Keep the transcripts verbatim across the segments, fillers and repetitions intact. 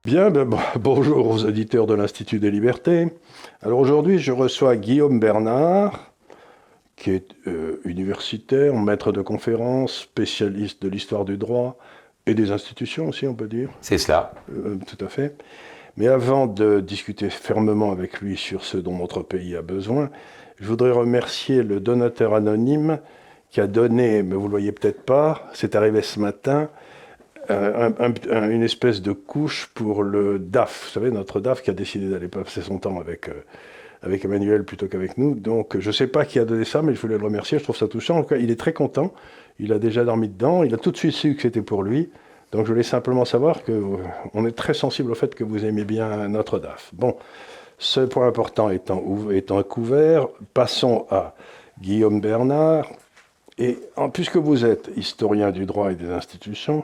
Bien, ben, bon- bonjour aux auditeurs de l'Institut des Libertés. Alors aujourd'hui, je reçois Guillaume Bernard, qui est euh, universitaire, maître de conférences, spécialiste de l'histoire du droit et des institutions aussi, on peut dire. C'est cela. Euh, tout à fait. Mais avant de discuter fermement avec lui sur ce dont notre pays a besoin, je voudrais remercier le donateur anonyme qui a donné, mais vous ne le voyez peut-être pas, c'est arrivé ce matin, un- un- un- une espèce de couche pour le D A F. Vous savez, notre D A F qui a décidé d'aller passer son temps avec, euh, avec Emmanuel plutôt qu'avec nous. Donc, je ne sais pas qui a donné ça, mais je voulais le remercier. Je trouve ça touchant. En tout cas, il est très content. Il a déjà dormi dedans. Il a tout de suite su que c'était pour lui. Donc, je voulais simplement savoir qu'on est très sensible au fait que vous aimez bien notre D A F. Bon, ce point important étant, ouv- étant couvert, passons à Guillaume Bernard. Et en- puisque vous êtes historien du droit et des institutions,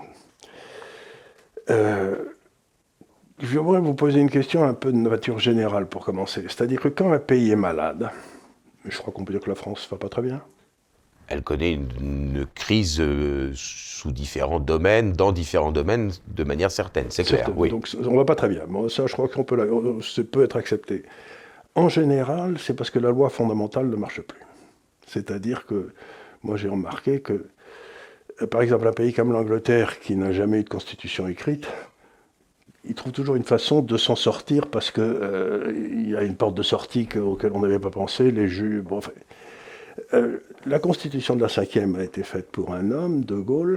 euh, je voudrais vous poser une question un peu de nature générale pour commencer. C'est-à-dire que quand un pays est malade, je crois qu'on peut dire que la France ne va pas très bien. Elle connaît une, une crise euh, sous différents domaines, dans différents domaines, de manière certaine, c'est clair. Certes, Oui. donc on ne va pas très bien. Bon, ça, je crois qu'on peut, la- ça peut être accepté. En général, c'est parce que la loi fondamentale ne marche plus. C'est-à-dire que, moi j'ai remarqué que, euh, par exemple, un pays comme l'Angleterre, qui n'a jamais eu de constitution écrite, il trouve toujours une façon de s'en sortir parce qu'il euh, y a une porte de sortie que- auquel on n'avait pas pensé, les juges. Bon, enfin, euh, la constitution de la cinquième a été faite pour un homme, De Gaulle,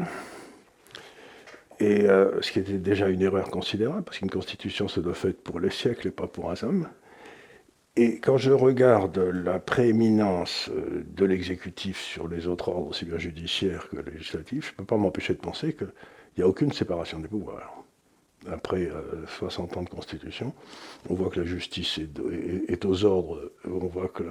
et euh, ce qui était déjà une erreur considérable, parce qu'une constitution se doit faite pour les siècles et pas pour un homme. Et quand je regarde la prééminence euh, de l'exécutif sur les autres ordres, aussi bien judiciaires que législatifs, je ne peux pas m'empêcher de penser qu'il n'y a aucune séparation des pouvoirs. Après euh, soixante ans de constitution, on voit que la justice est, est- est aux ordres, on voit que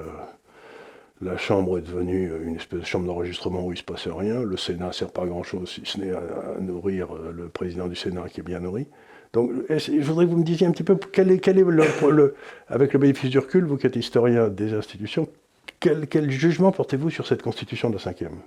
la, la Chambre est devenue une espèce de chambre d'enregistrement où il ne se passe rien, le Sénat ne sert pas à grand-chose, si ce n'est à, à nourrir euh, le président du Sénat qui est bien nourri. Donc est-ce- je voudrais que vous me disiez un petit peu, quel est, quel est le, le- avec le bénéfice du recul, vous qui êtes historien des institutions, quel, quel jugement portez-vous sur cette constitution de la cinquième?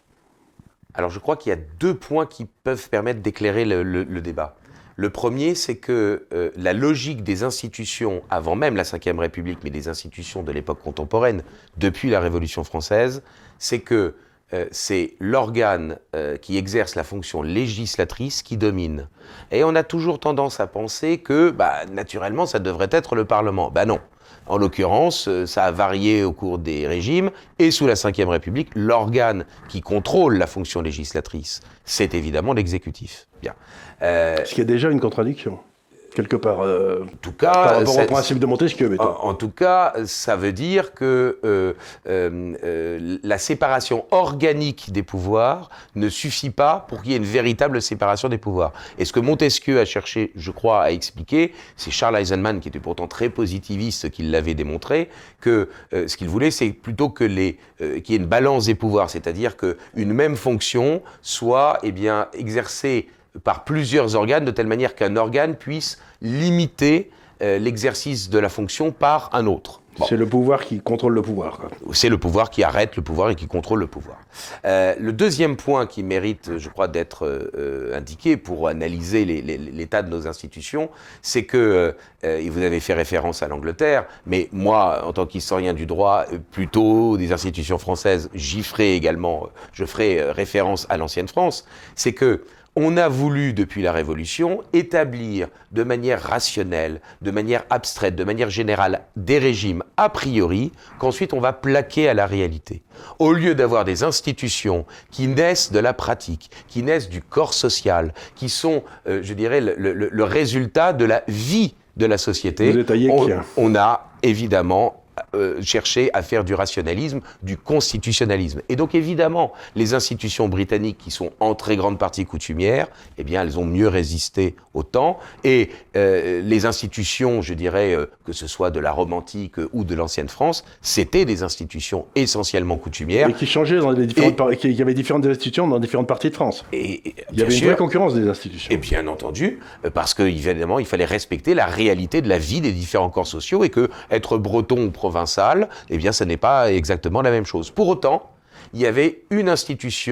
Alors je crois qu'il y a deux points qui peuvent permettre d'éclairer le, le- le débat. Le premier, c'est que euh, la logique des institutions, avant même la cinquième République, mais des institutions de l'époque contemporaine, depuis la Révolution française, c'est que euh, c'est l'organe euh, qui exerce la fonction législatrice qui domine. Et on a toujours tendance à penser que, bah, naturellement, ça devrait être le Parlement. Ben non. En l'occurrence, euh, ça a varié au cours des régimes, et sous la cinquième République, l'organe qui contrôle la fonction législatrice, c'est évidemment l'exécutif. Bien. Euh, Ce qui est déjà une contradiction, quelque part, euh, en tout cas, par rapport ça- au principe de Montesquieu, mettons. En, en tout cas, ça veut dire que euh, euh, euh, la séparation organique des pouvoirs ne suffit pas pour qu'il y ait une véritable séparation des pouvoirs. Et ce que Montesquieu a cherché, je crois, à expliquer, c'est Charles Eisenman, qui était pourtant très positiviste, qui l'avait démontré, que euh, ce qu'il voulait, c'est plutôt que les, euh, qu'il y ait une balance des pouvoirs, c'est-à-dire qu'une même fonction soit eh bien, exercée par plusieurs organes, de telle manière qu'un organe puisse limiter euh, l'exercice de la fonction par un autre. Bon. C'est le pouvoir qui contrôle le pouvoir, quoi. C'est le pouvoir qui arrête le pouvoir et qui contrôle le pouvoir. Euh, le deuxième point qui mérite, je crois, d'être euh, indiqué pour analyser les, les, l'état de nos institutions, c'est que, euh, et vous avez fait référence à l'Angleterre, mais moi, en tant qu'historien du droit, euh, plutôt des institutions françaises, j'y ferai également, je ferai euh, référence à l'ancienne France, c'est que on a voulu, depuis la Révolution, établir de manière rationnelle, de manière abstraite, de manière générale, des régimes a priori, qu'ensuite on va plaquer à la réalité. Au lieu d'avoir des institutions qui naissent de la pratique, qui naissent du corps social, qui sont, euh, je dirais, le, le, le résultat de la vie de la société, Vous êtes à on, Yékien. on a évidemment Euh, chercher à faire du rationalisme, du constitutionnalisme. Et donc évidemment, les institutions britanniques qui sont en très grande partie coutumières, eh bien elles ont mieux résisté au temps, et euh, les institutions, je dirais, euh, que ce soit de la Rome antique euh, ou de l'ancienne France, c'était des institutions essentiellement coutumières. Et qui changeaient dans les différentes Et- par- qui- il y avait différentes institutions dans différentes parties de France. Et, et, Il y bien avait une sûr, vraie concurrence des institutions. et bien entendu, euh, parce que évidemment, il fallait respecter la réalité de la vie des différents corps sociaux et que être breton ou provincial, eh bien, ce n'est pas exactement la même chose. Pour autant, il y avait une institution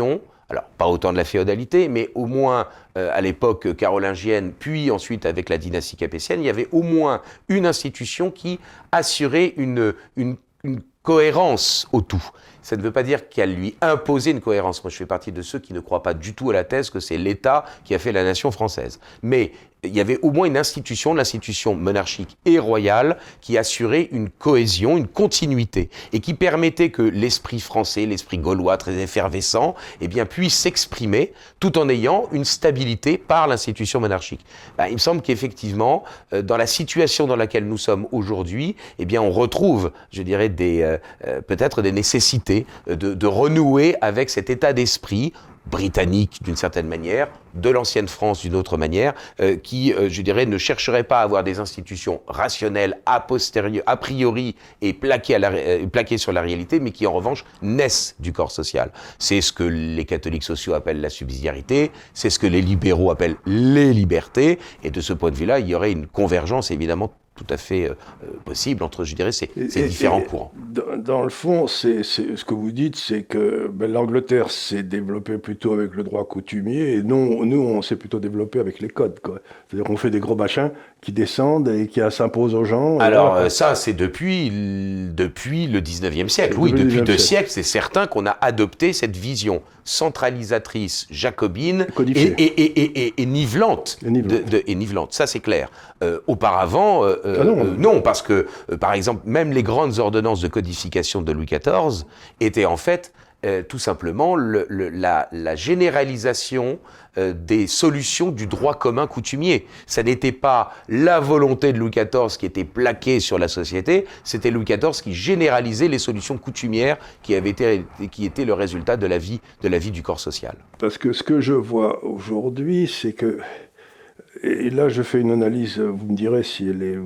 alors pas autant de la féodalité, mais au moins euh, à l'époque carolingienne, puis ensuite avec la dynastie capétienne, il y avait au moins une institution qui assurait une, une, une cohérence au tout. Ça ne veut pas dire qu'elle lui imposait une cohérence. Moi, je fais partie de ceux qui ne croient pas du tout à la thèse que c'est l'État qui a fait la nation française. Mais il y avait au moins une institution, l'institution monarchique et royale, qui assurait une cohésion, une continuité, et qui permettait que l'esprit français, l'esprit gaulois très effervescent, eh bien, puisse s'exprimer tout en ayant une stabilité par l'institution monarchique. Ben, il me semble qu'effectivement, euh, dans la situation dans laquelle nous sommes aujourd'hui, eh bien, on retrouve, je dirais, des, euh, euh, peut-être des nécessités de, de renouer avec cet état d'esprit britannique d'une certaine manière, de l'ancienne France d'une autre manière, euh, qui, euh, je dirais, ne chercherait pas à avoir des institutions rationnelles a posteriori, a priori et plaquées, à la, euh, plaquées sur la réalité, mais qui en revanche naissent du corps social. C'est ce que les catholiques sociaux appellent la subsidiarité, c'est ce que les libéraux appellent les libertés, et de ce point de vue-là, il y aurait une convergence évidemment tout à fait euh, possible entre, je dirais, ces, ces et, différents et, courants. Dans, dans le fond, c'est, c'est, ce que vous dites, c'est que ben, l'Angleterre s'est développée plutôt avec le droit coutumier, et nous, nous on s'est plutôt développé avec les codes, quoi. C'est-à-dire qu'on fait des gros machins qui descendent et qui s'imposent aux gens. Alors voilà. Ça, c'est depuis, depuis le dix-neuvième siècle. Oui, depuis deux siècles, c'est certain qu'on a adopté cette vision centralisatrice, jacobine et, et, et, et, et, et nivelante. Et nivelante. De, de, et nivelante, ça c'est clair. Euh, auparavant, euh, ah non, euh, non, parce que, euh, par exemple, même les grandes ordonnances de codification de Louis quatorze étaient en fait Euh, tout simplement le, le, la, la généralisation euh, des solutions du droit commun coutumier. Ça n'était pas la volonté de Louis quatorze qui était plaquée sur la société, c'était Louis quatorze qui généralisait les solutions coutumières qui, avaient été, qui étaient le résultat de la vie, de la vie du corps social. Parce que ce que je vois aujourd'hui, c'est que, et là je fais une analyse, vous me direz si elle est...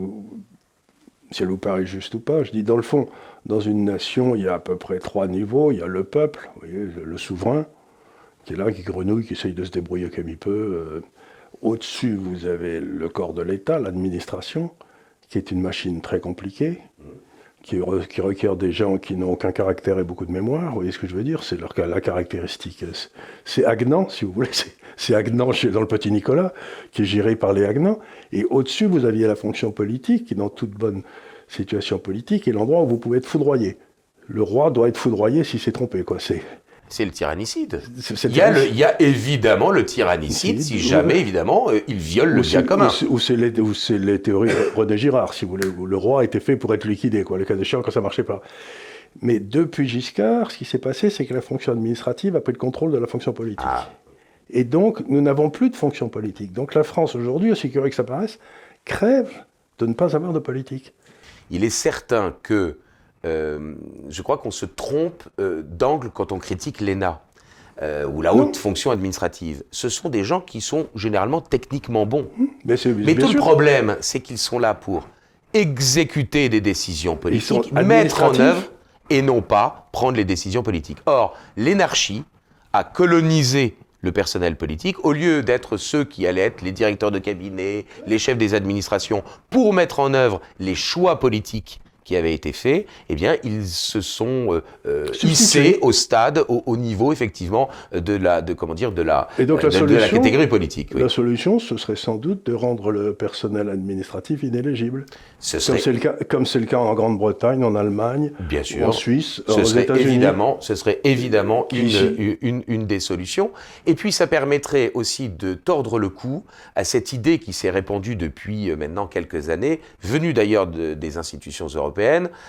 si elle vous paraît juste ou pas, je dis dans le fond, dans une nation, il y a à peu près trois niveaux. Il y a le peuple, vous voyez, le souverain, qui est là, qui grenouille, qui essaye de se débrouiller comme il peut. Au-dessus, vous avez le corps de l'État, l'administration, qui est une machine très compliquée, qui, re, qui requiert des gens qui n'ont aucun caractère et beaucoup de mémoire. Vous voyez ce que je veux dire? C'est leur, la caractéristique. C'est Aguenand, si vous voulez. C'est Aguenand chez, dans le Petit Nicolas, qui est géré par les Aguenand. Et au-dessus, vous aviez la fonction politique, qui dans toute bonne situation politique, est l'endroit où vous pouvez être foudroyé. Le roi doit être foudroyé s'il s'est trompé, quoi. C'est... C'est le tyrannicide. C'est, c'est il, y a le, il y a évidemment le tyrannicide si jamais, ouais. évidemment, euh, il viole le bien commun. Ou c'est, les, ou c'est les théories de René Girard, si vous voulez, où le roi était fait pour être liquidé, quoi, le cas échéant, quand ça ne marchait pas. Mais depuis Giscard, ce qui s'est passé, c'est que la fonction administrative a pris le contrôle de la fonction politique. Ah. Et donc, nous n'avons plus de fonction politique. Donc la France, aujourd'hui, aussi curieux que ça paraisse, crève de ne pas avoir de politique. Il est certain que, euh, je crois qu'on se trompe euh, d'angle quand on critique l'E N A, euh, ou la haute non. fonction administrative. Ce sont des gens qui sont généralement techniquement bons. Mais, c'est, Mais tout sûr. le problème, c'est qu'ils sont là pour exécuter des décisions politiques, mettre en œuvre, et non pas prendre les décisions politiques. Or, l'énarchie a colonisé le personnel politique, au lieu d'être ceux qui allaient être les directeurs de cabinet, les chefs des administrations, pour mettre en œuvre les choix politiques qui avaient été faits, eh bien, ils se sont euh, euh, hissés au stade, au, au niveau, effectivement, de la, de, comment dire, de la, Et donc, euh, la, de, solution, de la catégorie politique. Oui. La solution, ce serait sans doute de rendre le personnel administratif inéligible. Ce serait... Comme c'est le cas, comme c'est le cas en Grande-Bretagne, en Allemagne, Bien sûr. en Suisse, ce aux serait États-Unis. Évidemment, ce serait évidemment une, une, une, une des solutions. Et puis, ça permettrait aussi de tordre le cou à cette idée qui s'est répandue depuis maintenant quelques années, venue d'ailleurs de, des institutions européennes,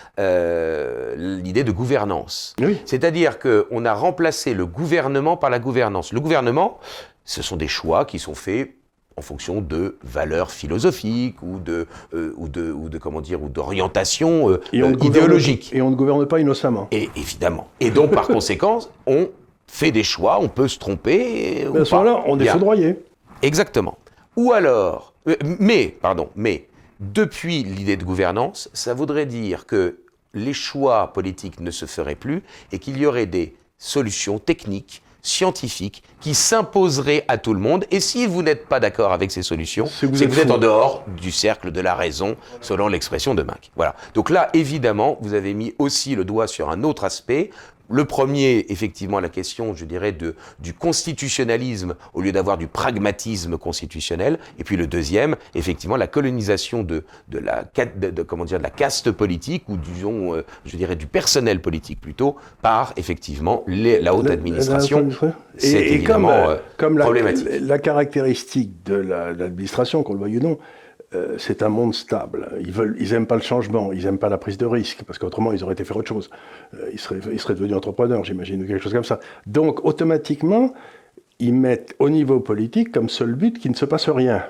Euh, l'idée de gouvernance. Oui. C'est-à-dire qu'on a remplacé le gouvernement par la gouvernance. Le gouvernement, ce sont des choix qui sont faits en fonction de valeurs philosophiques ou de, euh, ou de, ou de comment dire, ou d'orientation euh, et on euh, idéologique. Et on ne gouverne pas innocemment. Et évidemment. Et donc, par conséquent, on fait des choix, on peut se tromper. À ce moment-là, on est Bien. foudroyé. Exactement. Ou alors, euh, mais, pardon, mais, depuis l'idée de gouvernance, ça voudrait dire que les choix politiques ne se feraient plus et qu'il y aurait des solutions techniques, scientifiques, qui s'imposeraient à tout le monde. Et si vous n'êtes pas d'accord avec ces solutions, c'est que vous, c'est êtes, que vous êtes en dehors du cercle de la raison, selon l'expression de Mach. Voilà. Donc là, évidemment, vous avez mis aussi le doigt sur un autre aspect. Le premier, effectivement, la question, je dirais, de, du constitutionnalisme au lieu d'avoir du pragmatisme constitutionnel. Et puis le deuxième, effectivement, la colonisation de, de, la, de, de, comment dire, de la caste politique, ou disons, euh, je dirais, du personnel politique plutôt, par, effectivement, les, la haute administration. C'est et, et évidemment comme, euh, comme la, problématique. La caractéristique de la, de l'administration, qu'on le veuille ou non, Euh, c'est un monde stable. Ils veulent, ils aiment pas le changement, ils aiment pas la prise de risque, parce qu'autrement ils auraient été faire autre chose. Euh, ils seraient, ils seraient devenus entrepreneurs, j'imagine, ou quelque chose comme ça. Donc automatiquement, ils mettent au niveau politique comme seul but qu'il ne se passe rien.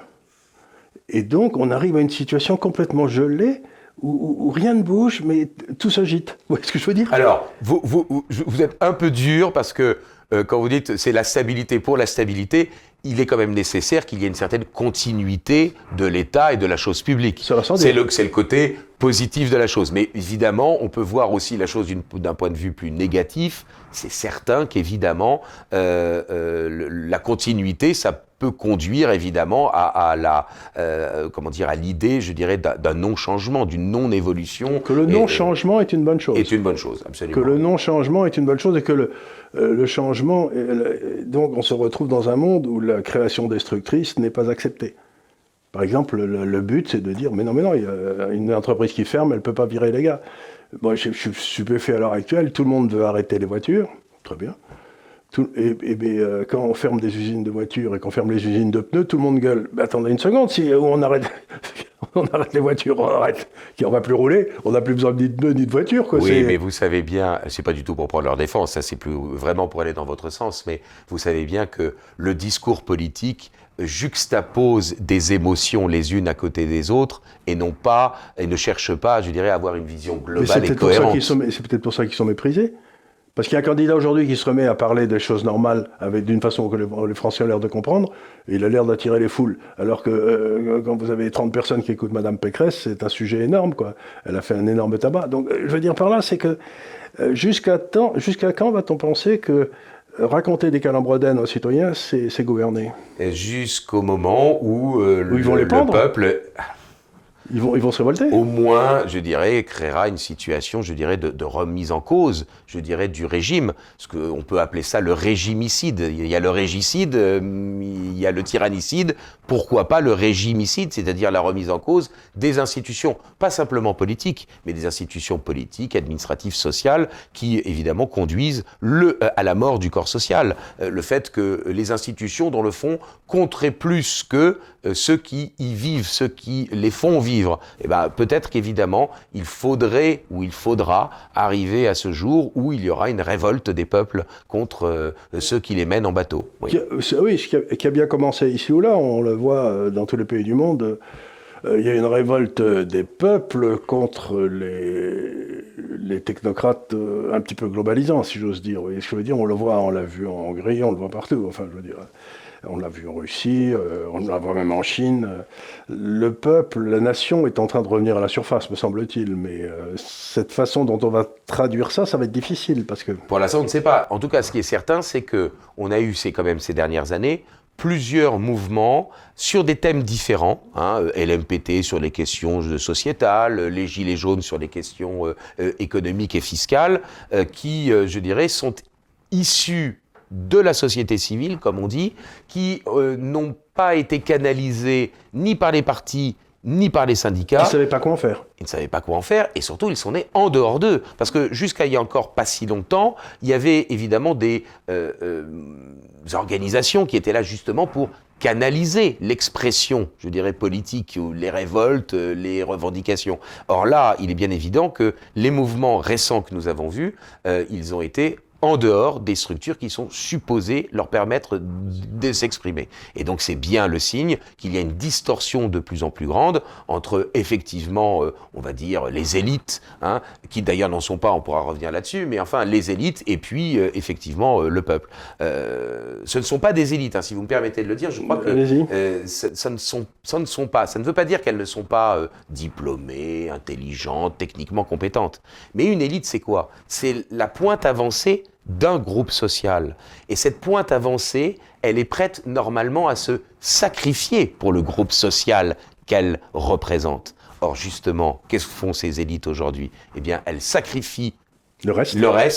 Et donc on arrive à une situation complètement gelée où, où, où rien ne bouge, mais tout s'agite. Vous voyez ce que je veux dire? Alors, vous, vous, vous êtes un peu dur parce que euh, quand vous dites c'est la stabilité pour la stabilité, il est quand même nécessaire qu'il y ait une certaine continuité de l'État et de la chose publique. C'est le, c'est le côté positif de la chose. Mais évidemment, on peut voir aussi la chose d'un point de vue plus négatif. C'est certain qu'évidemment, euh, euh, le, la continuité, ça peut conduire évidemment à, à la, euh, comment dire, à l'idée, je dirais, d'un non-changement, d'une non-évolution. Que le non-changement est une bonne chose. Est une bonne chose, absolument. Que le non-changement est une bonne chose et que le, euh, le changement, euh, donc on se retrouve dans un monde où la création destructrice n'est pas acceptée. Par exemple, le, le but, c'est de dire, mais non, mais non, il y a une entreprise qui ferme, elle ne peut pas virer les gars. Moi, je, je suis stupéfait à l'heure actuelle, tout le monde veut arrêter les voitures, très bien. Tout, et, et, et euh, quand on ferme des usines de voitures et qu'on ferme les usines de pneus, tout le monde gueule. Mais attendez une seconde, si on arrête, on arrête les voitures, on arrête, on va plus rouler, on n'a plus besoin ni de pneus ni de voitures. Quoi. Oui, mais vous savez bien, c'est pas du tout pour prendre leur défense, ça c'est plus vraiment pour aller dans votre sens, mais vous savez bien que le discours politique juxtapose des émotions les unes à côté des autres et non pas, et ne cherche pas, je dirais, à avoir une vision globale et cohérente. Sont, c'est peut-être pour ça qu'ils sont méprisés. Parce qu'il y a un candidat aujourd'hui qui se remet à parler des choses normales avec d'une façon que les, les Français ont l'air de comprendre, et il a l'air d'attirer les foules. Alors que euh, quand vous avez trente personnes qui écoutent Madame Pécresse, c'est un sujet énorme, quoi. Elle a fait un énorme tabac. Donc, je veux dire par là, c'est que euh, jusqu'à, temps, jusqu'à quand va-t-on penser que raconter des calembredaines aux citoyens, c'est, c'est gouverner? Jusqu'au moment où, euh, où ils vont le, les prendre. le peuple... Ils vont, ils vont se révolter. Au moins, je dirais, créera une situation, je dirais, de, de remise en cause, je dirais, du régime. Parce qu'on peut appeler ça le régimicide. Il y a le régicide, il y a le tyrannicide. Pourquoi pas le régimicide, c'est-à-dire la remise en cause des institutions, pas simplement politiques, mais des institutions politiques, administratives, sociales, qui, évidemment, conduisent le, à la mort du corps social. Le fait que les institutions, dans le fond, compteraient plus que ceux qui y vivent, ceux qui les font vivre. Eh ben, peut-être qu'évidemment, il faudrait ou il faudra arriver à ce jour où il y aura une révolte des peuples contre euh, ceux qui les mènent en bateau. Oui, qui a, oui, qui a, qui a bien commencé ici ou là, on le voit dans tous les pays du monde. Euh, il y a une révolte des peuples contre les, les technocrates euh, un petit peu globalisants, si j'ose dire. Vous voyez ce que je veux dire? On le voit, on l'a vu en Hongrie, on le voit partout. Enfin, je veux dire... On l'a vu en Russie, euh, on la voit même en Chine. Le peuple, la nation est en train de revenir à la surface, me semble-t-il. Mais euh, cette façon dont on va traduire ça, ça va être difficile. Parce que... Pour l'instant, on ne sait pas. En tout cas, ce qui est certain, c'est qu'on a eu c'est quand même ces dernières années plusieurs mouvements sur des thèmes différents. Hein, L M P T sur les questions sociétales, les Gilets jaunes sur les questions euh, économiques et fiscales, euh, qui, euh, je dirais, sont issus de la société civile, comme on dit, qui euh, n'ont pas été canalisés ni par les partis, ni par les syndicats. Ils ne savaient pas quoi en faire. Ils ne savaient pas quoi en faire, et surtout, ils sont nés en dehors d'eux. Parce que jusqu'à il y a encore pas si longtemps, il y avait évidemment des euh, euh, organisations qui étaient là justement pour canaliser l'expression, je dirais, politique, ou les révoltes, les revendications. Or là, il est bien évident que les mouvements récents que nous avons vus, euh, ils ont été en dehors des structures qui sont supposées leur permettre de s'exprimer. Et donc c'est bien le signe qu'il y a une distorsion de plus en plus grande entre effectivement, euh, on va dire, les élites, hein, qui d'ailleurs n'en sont pas, on pourra revenir là-dessus, mais enfin les élites et puis euh, effectivement euh, le peuple. Euh, ce ne sont pas des élites, hein, si vous me permettez de le dire, je crois que euh, ça, ça, ne sont, ça ne sont pas, ça ne veut pas dire qu'elles ne sont pas euh, diplômées, intelligentes, techniquement compétentes. Mais une élite, c'est quoi? C'est la pointe avancée d'un groupe social. Et cette pointe avancée, elle est prête normalement à se sacrifier pour le groupe social qu'elle représente. Or justement, qu'est-ce que font ces élites aujourd'hui? Eh bien, elles sacrifient le reste, le reste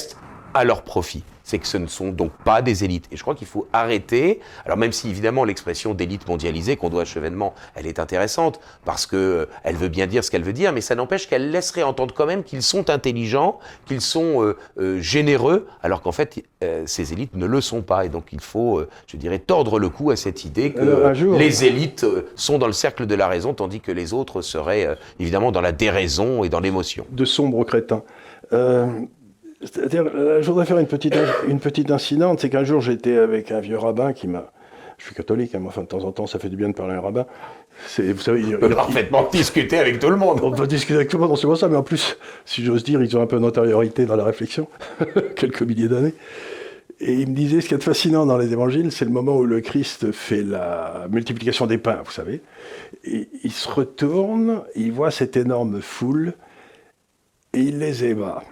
à leur profit. C'est que ce ne sont donc pas des élites. Et je crois qu'il faut arrêter, alors même si évidemment l'expression d'élite mondialisée qu'on doit à Chevènement, elle est intéressante, parce qu'elle euh, veut bien dire ce qu'elle veut dire, mais ça n'empêche qu'elle laisserait entendre quand même qu'ils sont intelligents, qu'ils sont euh, euh, généreux, alors qu'en fait, euh, ces élites ne le sont pas. Et donc il faut, euh, je dirais, tordre le cou à cette idée que alors, jour, les élites euh, sont dans le cercle de la raison, tandis que les autres seraient euh, évidemment dans la déraison et dans l'émotion. De sombres crétins. Euh... C'est-à-dire, je voudrais faire une petite, une petite incidente, c'est qu'un jour j'étais avec un vieux rabbin qui m'a... Je suis catholique, hein, mais enfin de temps en temps ça fait du bien de parler à un rabbin. C'est, vous savez, on peut il, parfaitement il, discuter avec tout le monde. On peut discuter avec tout le monde, c'est pour ça, mais en plus, si j'ose dire, ils ont un peu d'antériorité dans la réflexion, quelques milliers d'années. Et il me disait, ce qui est fascinant dans les évangiles, c'est le moment où le Christ fait la multiplication des pains, vous savez. Et il se retourne, il voit cette énorme foule, et il les ébat.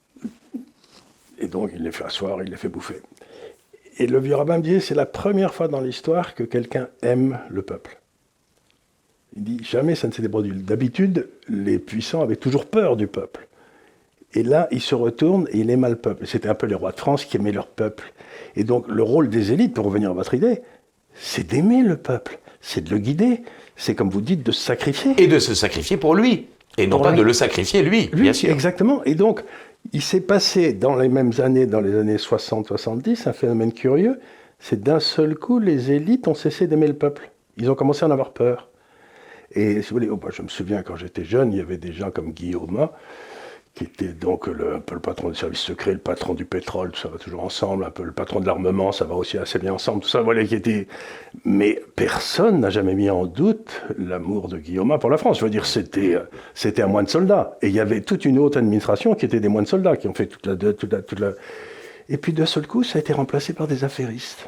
Et donc, il les fait asseoir, il les fait bouffer. Et le vieux rabbin me disait, c'est la première fois dans l'histoire que quelqu'un aime le peuple. Il dit, jamais ça ne s'était produit. D'habitude, les puissants avaient toujours peur du peuple. Et là, il se retourne et il aimait le peuple. C'était un peu les rois de France qui aimaient leur peuple. Et donc, le rôle des élites, pour revenir à votre idée, c'est d'aimer le peuple, c'est de le guider, c'est, comme vous dites, de se sacrifier. Et de se sacrifier pour lui, et non pour pas lui. De le sacrifier lui, lui, bien sûr. Exactement. Et donc, il s'est passé dans les mêmes années, dans les années soixante soixante-dix, un phénomène curieux, c'est d'un seul coup, les élites ont cessé d'aimer le peuple. Ils ont commencé à en avoir peur. Et si vous voulez, oh, bah, je me souviens quand j'étais jeune, il y avait des gens comme Guillaume, qui était donc le, un peu le patron du service secret, le patron du pétrole, tout ça va toujours ensemble, un peu le patron de l'armement, ça va aussi assez bien ensemble, tout ça, voilà, qui était... Mais personne n'a jamais mis en doute l'amour de Guillaume pour la France. Je veux dire, c'était, c'était un moine soldat. Et il y avait toute une haute administration qui était des moines soldats, qui ont fait toute la... Toute la, toute la... Et puis d'un seul coup, ça a été remplacé par des affairistes.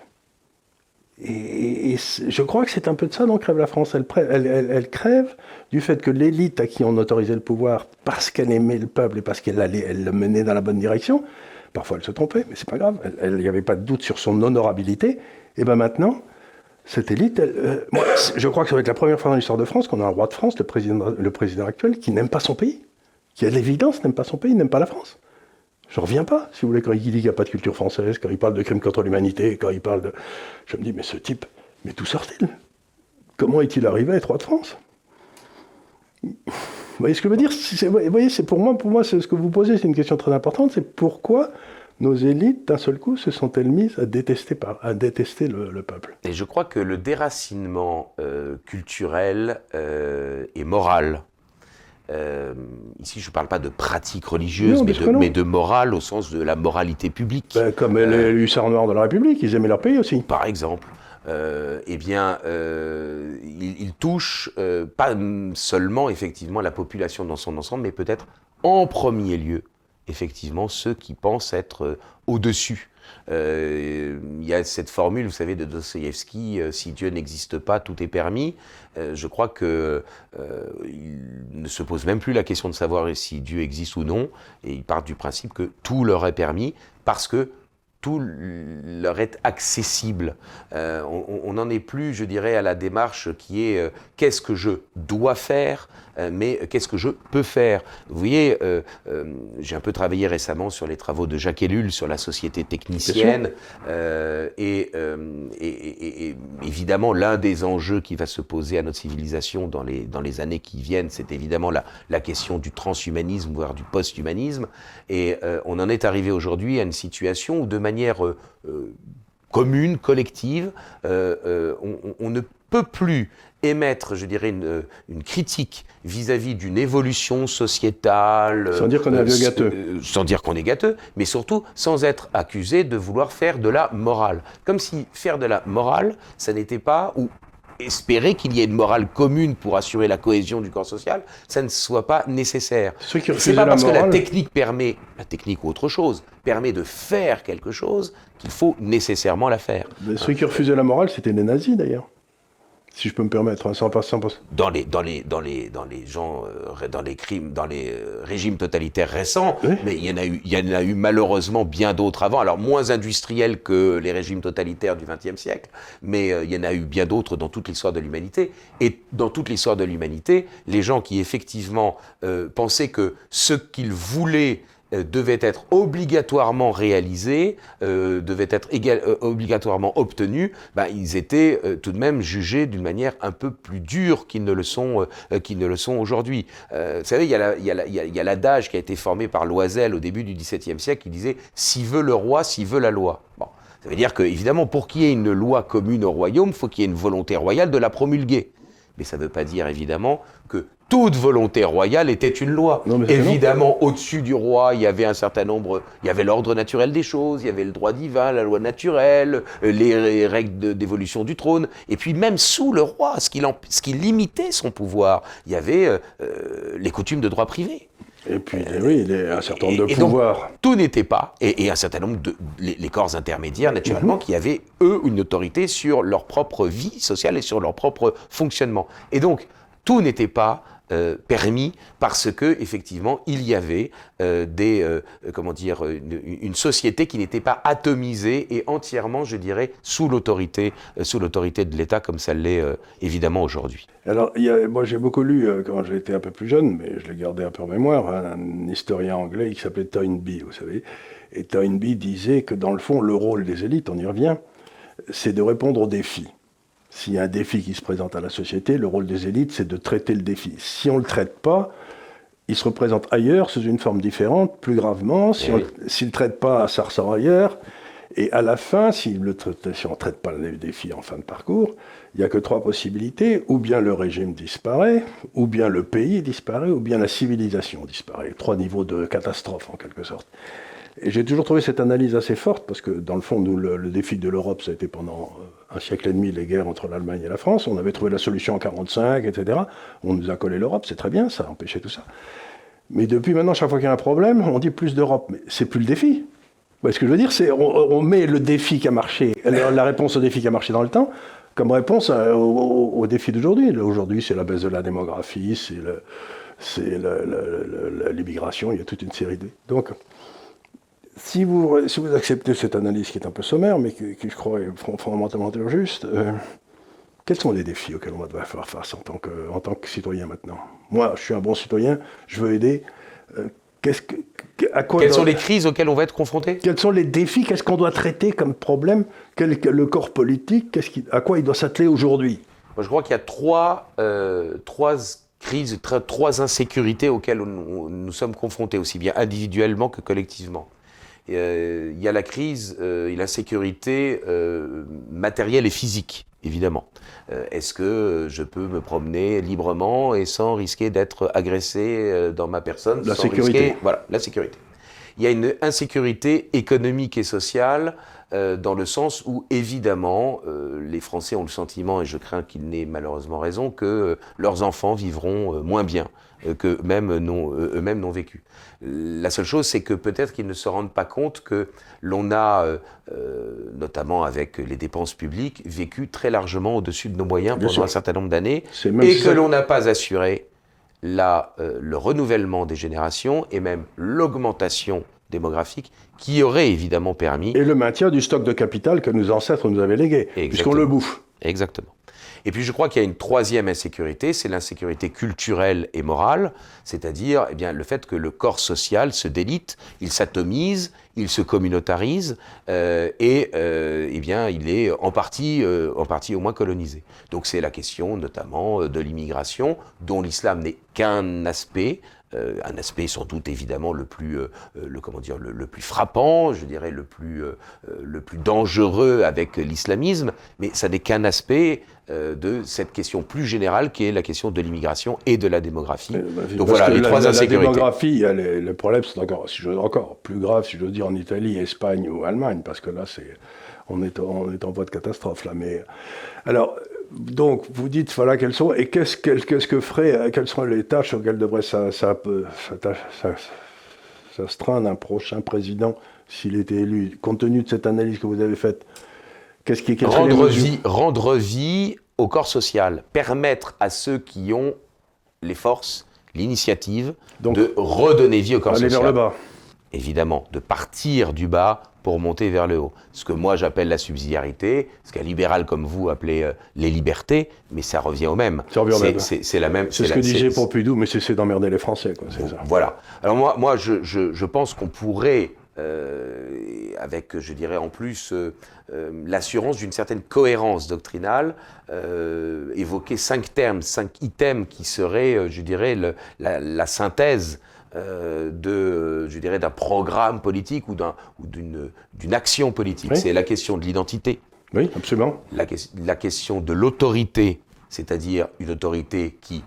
Et, et, et je crois que c'est un peu de ça dont crève la France. Elle, elle, elle, elle crève du fait que l'élite à qui on autorisait le pouvoir parce qu'elle aimait le peuple et parce qu'elle allait, elle le menait dans la bonne direction, parfois elle se trompait, mais c'est pas grave, il n'y avait pas de doute sur son honorabilité, et bien maintenant, cette élite, elle, euh, moi, je crois que ça va être la première fois dans l'histoire de France qu'on a un roi de France, le président, le président actuel, qui n'aime pas son pays, qui à l'évidence n'aime pas son pays, n'aime pas la France. Je ne reviens pas, si vous voulez, quand il dit qu'il n'y a pas de culture française, quand il parle de crimes contre l'humanité, quand il parle de... Je me dis, mais ce type, mais d'où sort-il? Comment est-il arrivé à être roi de France? Vous voyez ce que je veux dire? c'est, Vous voyez, c'est pour moi, pour moi c'est ce que vous posez, c'est une question très importante, c'est pourquoi nos élites, d'un seul coup, se sont-elles mises à détester, par, à détester le, le peuple? Et je crois que le déracinement euh, culturel euh, et moral, Euh, ici, je ne parle pas de pratique religieuse, non, mais, de, mais de morale au sens de la moralité publique. Ben, comme euh, les hussards noirs de la République, ils aimaient leur pays aussi. Par exemple. Euh, eh bien, euh, il, il touche euh, pas seulement, effectivement, la population dans son ensemble, mais peut-être en premier lieu, effectivement, ceux qui pensent être euh, au-dessus. Euh, il y a cette formule, vous savez, de Dostoïevski, euh, si Dieu n'existe pas, tout est permis. Euh, je crois que euh, il ne se pose même plus la question de savoir si Dieu existe ou non, et il part du principe que tout leur est permis parce que tout leur est accessible. Euh, on n'en est plus, je dirais, à la démarche qui est euh, qu'est-ce que je dois faire, euh, mais qu'est-ce que je peux faire. Vous voyez, euh, euh, j'ai un peu travaillé récemment sur les travaux de Jacques Ellul sur la société technicienne, euh, et, euh, et, et, et évidemment, l'un des enjeux qui va se poser à notre civilisation dans les, dans les années qui viennent, c'est évidemment la, la question du transhumanisme, voire du post-humanisme, et euh, on en est arrivé aujourd'hui à une situation où de manière Euh, euh, commune, collective, euh, euh, on, on ne peut plus émettre, je dirais, une, une critique vis-à-vis d'une évolution sociétale. Sans dire qu'on est un vieux gâteux. Euh, sans dire qu'on est gâteux, mais surtout sans être accusé de vouloir faire de la morale. Comme si faire de la morale, ça n'était pas, ou espérer qu'il y ait une morale commune pour assurer la cohésion du corps social, ça ne soit pas nécessaire. C'est pas parce morale... que la technique permet, la technique ou autre chose, permet de faire quelque chose qu'il faut nécessairement la faire. Mais ceux qui refusaient la morale, c'était les nazis d'ailleurs. Si je peux me permettre, hein, sans passer. Dans les, dans les, dans les, dans les gens, euh, dans les crimes, dans les euh, régimes totalitaires récents, oui. Mais il y en a eu, il y en a eu malheureusement bien d'autres avant. Alors moins industriels que les régimes totalitaires du vingtième siècle, mais euh, il y en a eu bien d'autres dans toute l'histoire de l'humanité. Et dans toute l'histoire de l'humanité, les gens qui effectivement euh, pensaient que ce qu'ils voulaient euh, devaient être obligatoirement réalisés, euh, devaient être égal, euh, obligatoirement obtenus, ben, ils étaient euh, tout de même jugés d'une manière un peu plus dure qu'ils ne le sont, euh, qu'ils ne le sont aujourd'hui. Euh, vous savez, il y a la, il y a la, il y a, il y a l'adage qui a été formé par Loisel au début du dix-septième siècle qui disait « Si veut le roi, si veut la loi ». Bon. Ça veut dire que, évidemment, pour qu'il y ait une loi commune au royaume, il faut qu'il y ait une volonté royale de la promulguer. Mais ça ne veut pas dire, évidemment, que toute volonté royale était une loi. Non, évidemment, au-dessus du roi, il y avait un certain nombre... Il y avait l'ordre naturel des choses, il y avait le droit divin, la loi naturelle, les règles d'évolution du trône. Et puis même sous le roi, ce qui, ce qui limitait son pouvoir, il y avait euh, les coutumes de droit privé. Et puis, euh, oui, il y a un certain nombre et, de pouvoirs. Donc, tout n'était pas, et, et un certain nombre de les, les corps intermédiaires, naturellement, mm-hmm. qui avaient, eux, une autorité sur leur propre vie sociale et sur leur propre fonctionnement. Et donc, tout n'était pas euh, permis parce que, effectivement, il y avait euh, des, euh, comment dire, une, une société qui n'était pas atomisée et entièrement, je dirais, sous l'autorité, euh, sous l'autorité de l'État, comme ça l'est euh, évidemment aujourd'hui. Alors, il y a, moi j'ai beaucoup lu euh, quand j'étais un peu plus jeune, mais je l'ai gardé un peu en mémoire, hein, un historien anglais qui s'appelait Toynbee, vous savez. Et Toynbee disait que dans le fond, le rôle des élites, on y revient, c'est de répondre aux défis. S'il y a un défi qui se présente à la société, le rôle des élites, c'est de traiter le défi. Si on ne le traite pas, il se représente ailleurs, sous une forme différente, plus gravement. Si on, oui. S'il ne le traite pas, ça ressort ailleurs. Et à la fin, si, le, si on ne traite pas le défi en fin de parcours, il n'y a que trois possibilités. Ou bien le régime disparaît, ou bien le pays disparaît, ou bien la civilisation disparaît. Trois niveaux de catastrophe, en quelque sorte. Et j'ai toujours trouvé cette analyse assez forte, parce que dans le fond, nous, le, le défi de l'Europe, ça a été pendant un siècle et demi les guerres entre l'Allemagne et la France. On avait trouvé la solution en quarante-cinq, et cetera. On nous a collé l'Europe, c'est très bien, ça a empêché tout ça. Mais depuis maintenant, chaque fois qu'il y a un problème, on dit plus d'Europe. Mais c'est plus le défi. Ouais, ce que je veux dire, c'est on, on met le défi qui a marché, la réponse au défi qui a marché dans le temps, comme réponse à, au, au défi d'aujourd'hui. Aujourd'hui, c'est la baisse de la démographie, c'est, le, c'est le, le, le, l'immigration, il y a toute une série de... Donc, si vous, si vous acceptez cette analyse qui est un peu sommaire, mais qui, qui je crois est fondamentalement juste, euh, quels sont les défis auxquels on va devoir faire face en tant que, en tant que citoyen maintenant ? Moi, je suis un bon citoyen, je veux aider. Euh, qu'est-ce que, à quoi Quelles doit, sont les crises auxquelles on va être confronté ? Quels sont les défis ? Qu'est-ce qu'on doit traiter comme problème ? Quel, le corps politique, qu'est-ce qui, à quoi il doit s'atteler aujourd'hui ? Moi, je crois qu'il y a trois, euh, trois crises, trois insécurités auxquelles nous, nous sommes confrontés, aussi bien individuellement que collectivement. Euh, il y a la crise euh, et l'insécurité euh, matérielle et physique, évidemment. Euh, est-ce que je peux me promener librement et sans risquer d'être agressé euh, dans ma personne ? La sans sécurité. Risquer, voilà, la sécurité. Il y a une insécurité économique et sociale euh, dans le sens où, évidemment, euh, les Français ont le sentiment, et je crains qu'ils n'aient malheureusement raison, que euh, leurs enfants vivront euh, moins bien euh, qu'eux-mêmes n'ont, euh, eux-mêmes n'ont vécu. La seule chose, c'est que peut-être qu'ils ne se rendent pas compte que l'on a, euh, euh, notamment avec les dépenses publiques, vécu très largement au-dessus de nos moyens bien pendant sûr. Un certain nombre d'années, et que ça. L'on n'a pas assuré la, euh, le renouvellement des générations et même l'augmentation démographique qui aurait évidemment permis... Et le maintien du stock de capital que nos ancêtres nous avaient légué, Exactement. Puisqu'on le bouffe. Exactement. Et puis je crois qu'il y a une troisième insécurité, c'est l'insécurité culturelle et morale, c'est-à-dire eh bien, le fait que le corps social se délite, il s'atomise, il se communautarise euh, et euh, eh bien, il est en partie, euh, en partie au moins colonisé. Donc c'est la question notamment de l'immigration, dont l'islam n'est qu'un aspect, Euh, un aspect sans doute évidemment le plus, euh, le, comment dire, le, le plus frappant, je dirais le plus, euh, le plus dangereux avec l'islamisme, mais ça n'est qu'un aspect euh, de cette question plus générale qui est la question de l'immigration et de la démographie. Bah, Donc voilà, les la, trois la, insécurités. La démographie, les, les problèmes sont encore, si je, encore plus graves, si je veux dire, en Italie, Espagne ou Allemagne, parce que là, c'est, on, est, on est en voie de catastrophe. Là, mais, alors, donc, vous dites, voilà, quelles sont, et qu'est-ce, qu'est-ce que ferait, quelles seraient les tâches auxquelles devrait s'astreindre un prochain président s'il était élu, compte tenu de cette analyse que vous avez faite? Qu'est-ce qui, quelles rendre, vie, rendre vie au corps social, permettre à ceux qui ont les forces, l'initiative, donc, de redonner vie au corps aller social. Aller vers le bas. évidemment, de partir du bas pour monter vers le haut. Ce que moi j'appelle la subsidiarité, ce qu'un libéral comme vous appelez euh, les libertés, mais ça revient au même. Ça revient au même. C'est, c'est la même. C'est ce que disait Pompidou, mais c'est d'emmerder les Français, quoi. C'est ça. Voilà. Alors moi, moi je, je, je pense qu'on pourrait, euh, avec, je dirais en plus, euh, euh, l'assurance d'une certaine cohérence doctrinale, euh, évoquer cinq termes, cinq items qui seraient, euh, je dirais, le, la, la synthèse Euh, de, je dirais, d'un programme politique ou, d'un, ou d'une, d'une action politique. Oui. C'est la question de l'identité. Oui, absolument. La, la question de l'autorité, c'est-à-dire une autorité qui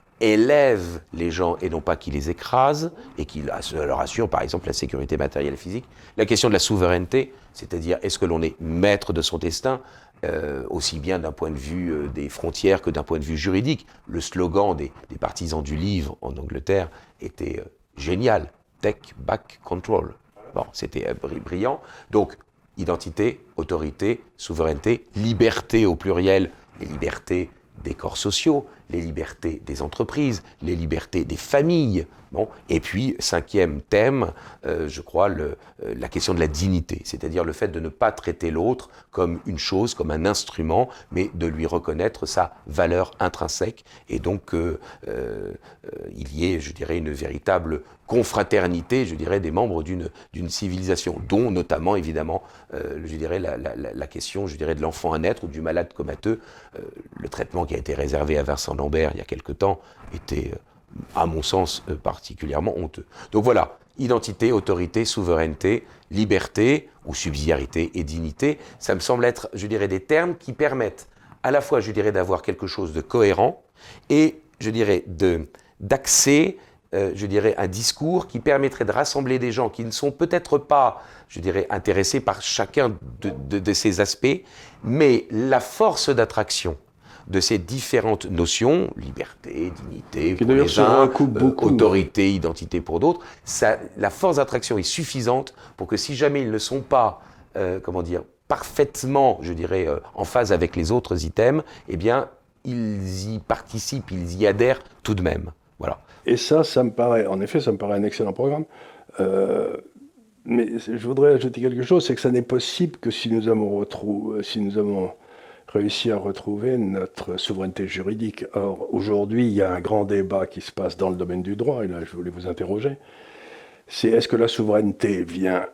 élève les gens et non pas qui les écrase et qui leur assure, par exemple, la sécurité matérielle et physique. La question de la souveraineté, c'est-à-dire est-ce que l'on est maître de son destin, euh, aussi bien d'un point de vue euh, des frontières que d'un point de vue juridique. Le slogan des, des partisans du livre en Angleterre était euh, génial, Take Back Control. Bon, c'était brillant. Donc, identité, autorité, souveraineté, liberté au pluriel, les libertés des corps sociaux, les libertés des entreprises, les libertés des familles. Bon, et puis, cinquième thème, euh, je crois, le, euh, la question de la dignité, c'est-à-dire le fait de ne pas traiter l'autre comme une chose, comme un instrument, mais de lui reconnaître sa valeur intrinsèque, et donc euh, euh, il y ait, je dirais, une véritable confraternité, je dirais, des membres d'une d'une civilisation, dont notamment, évidemment, euh, je dirais, la, la, la question, je dirais, de l'enfant à naître ou du malade comateux. Euh, le traitement qui a été réservé à Vincent Lambert il y a quelque temps était, à mon sens, euh, particulièrement honteux. Donc voilà, identité, autorité, souveraineté, liberté ou subsidiarité et dignité, ça me semble être, je dirais, des termes qui permettent à la fois, je dirais, d'avoir quelque chose de cohérent et, je dirais, de, d'axer, euh, je dirais, un discours qui permettrait de rassembler des gens qui ne sont peut-être pas, je dirais, intéressés par chacun de, de, de ces aspects, mais la force d'attraction de ces différentes notions, liberté, dignité pour les uns, euh, autorité, identité pour d'autres, ça, la force d'attraction est suffisante pour que si jamais ils ne sont pas, euh, comment dire, parfaitement, je dirais, euh, en phase avec les autres items, eh bien, ils y participent, ils y adhèrent tout de même. Voilà. Et ça, ça me paraît, en effet, ça me paraît un excellent programme. Euh, mais je voudrais ajouter quelque chose, c'est que ça n'est possible que si nous avons retrouvé, si nous avons réussi à retrouver notre souveraineté juridique. Or, aujourd'hui, il y a un grand débat qui se passe dans le domaine du droit, et là, je voulais vous interroger. C'est est-ce que la souveraineté vient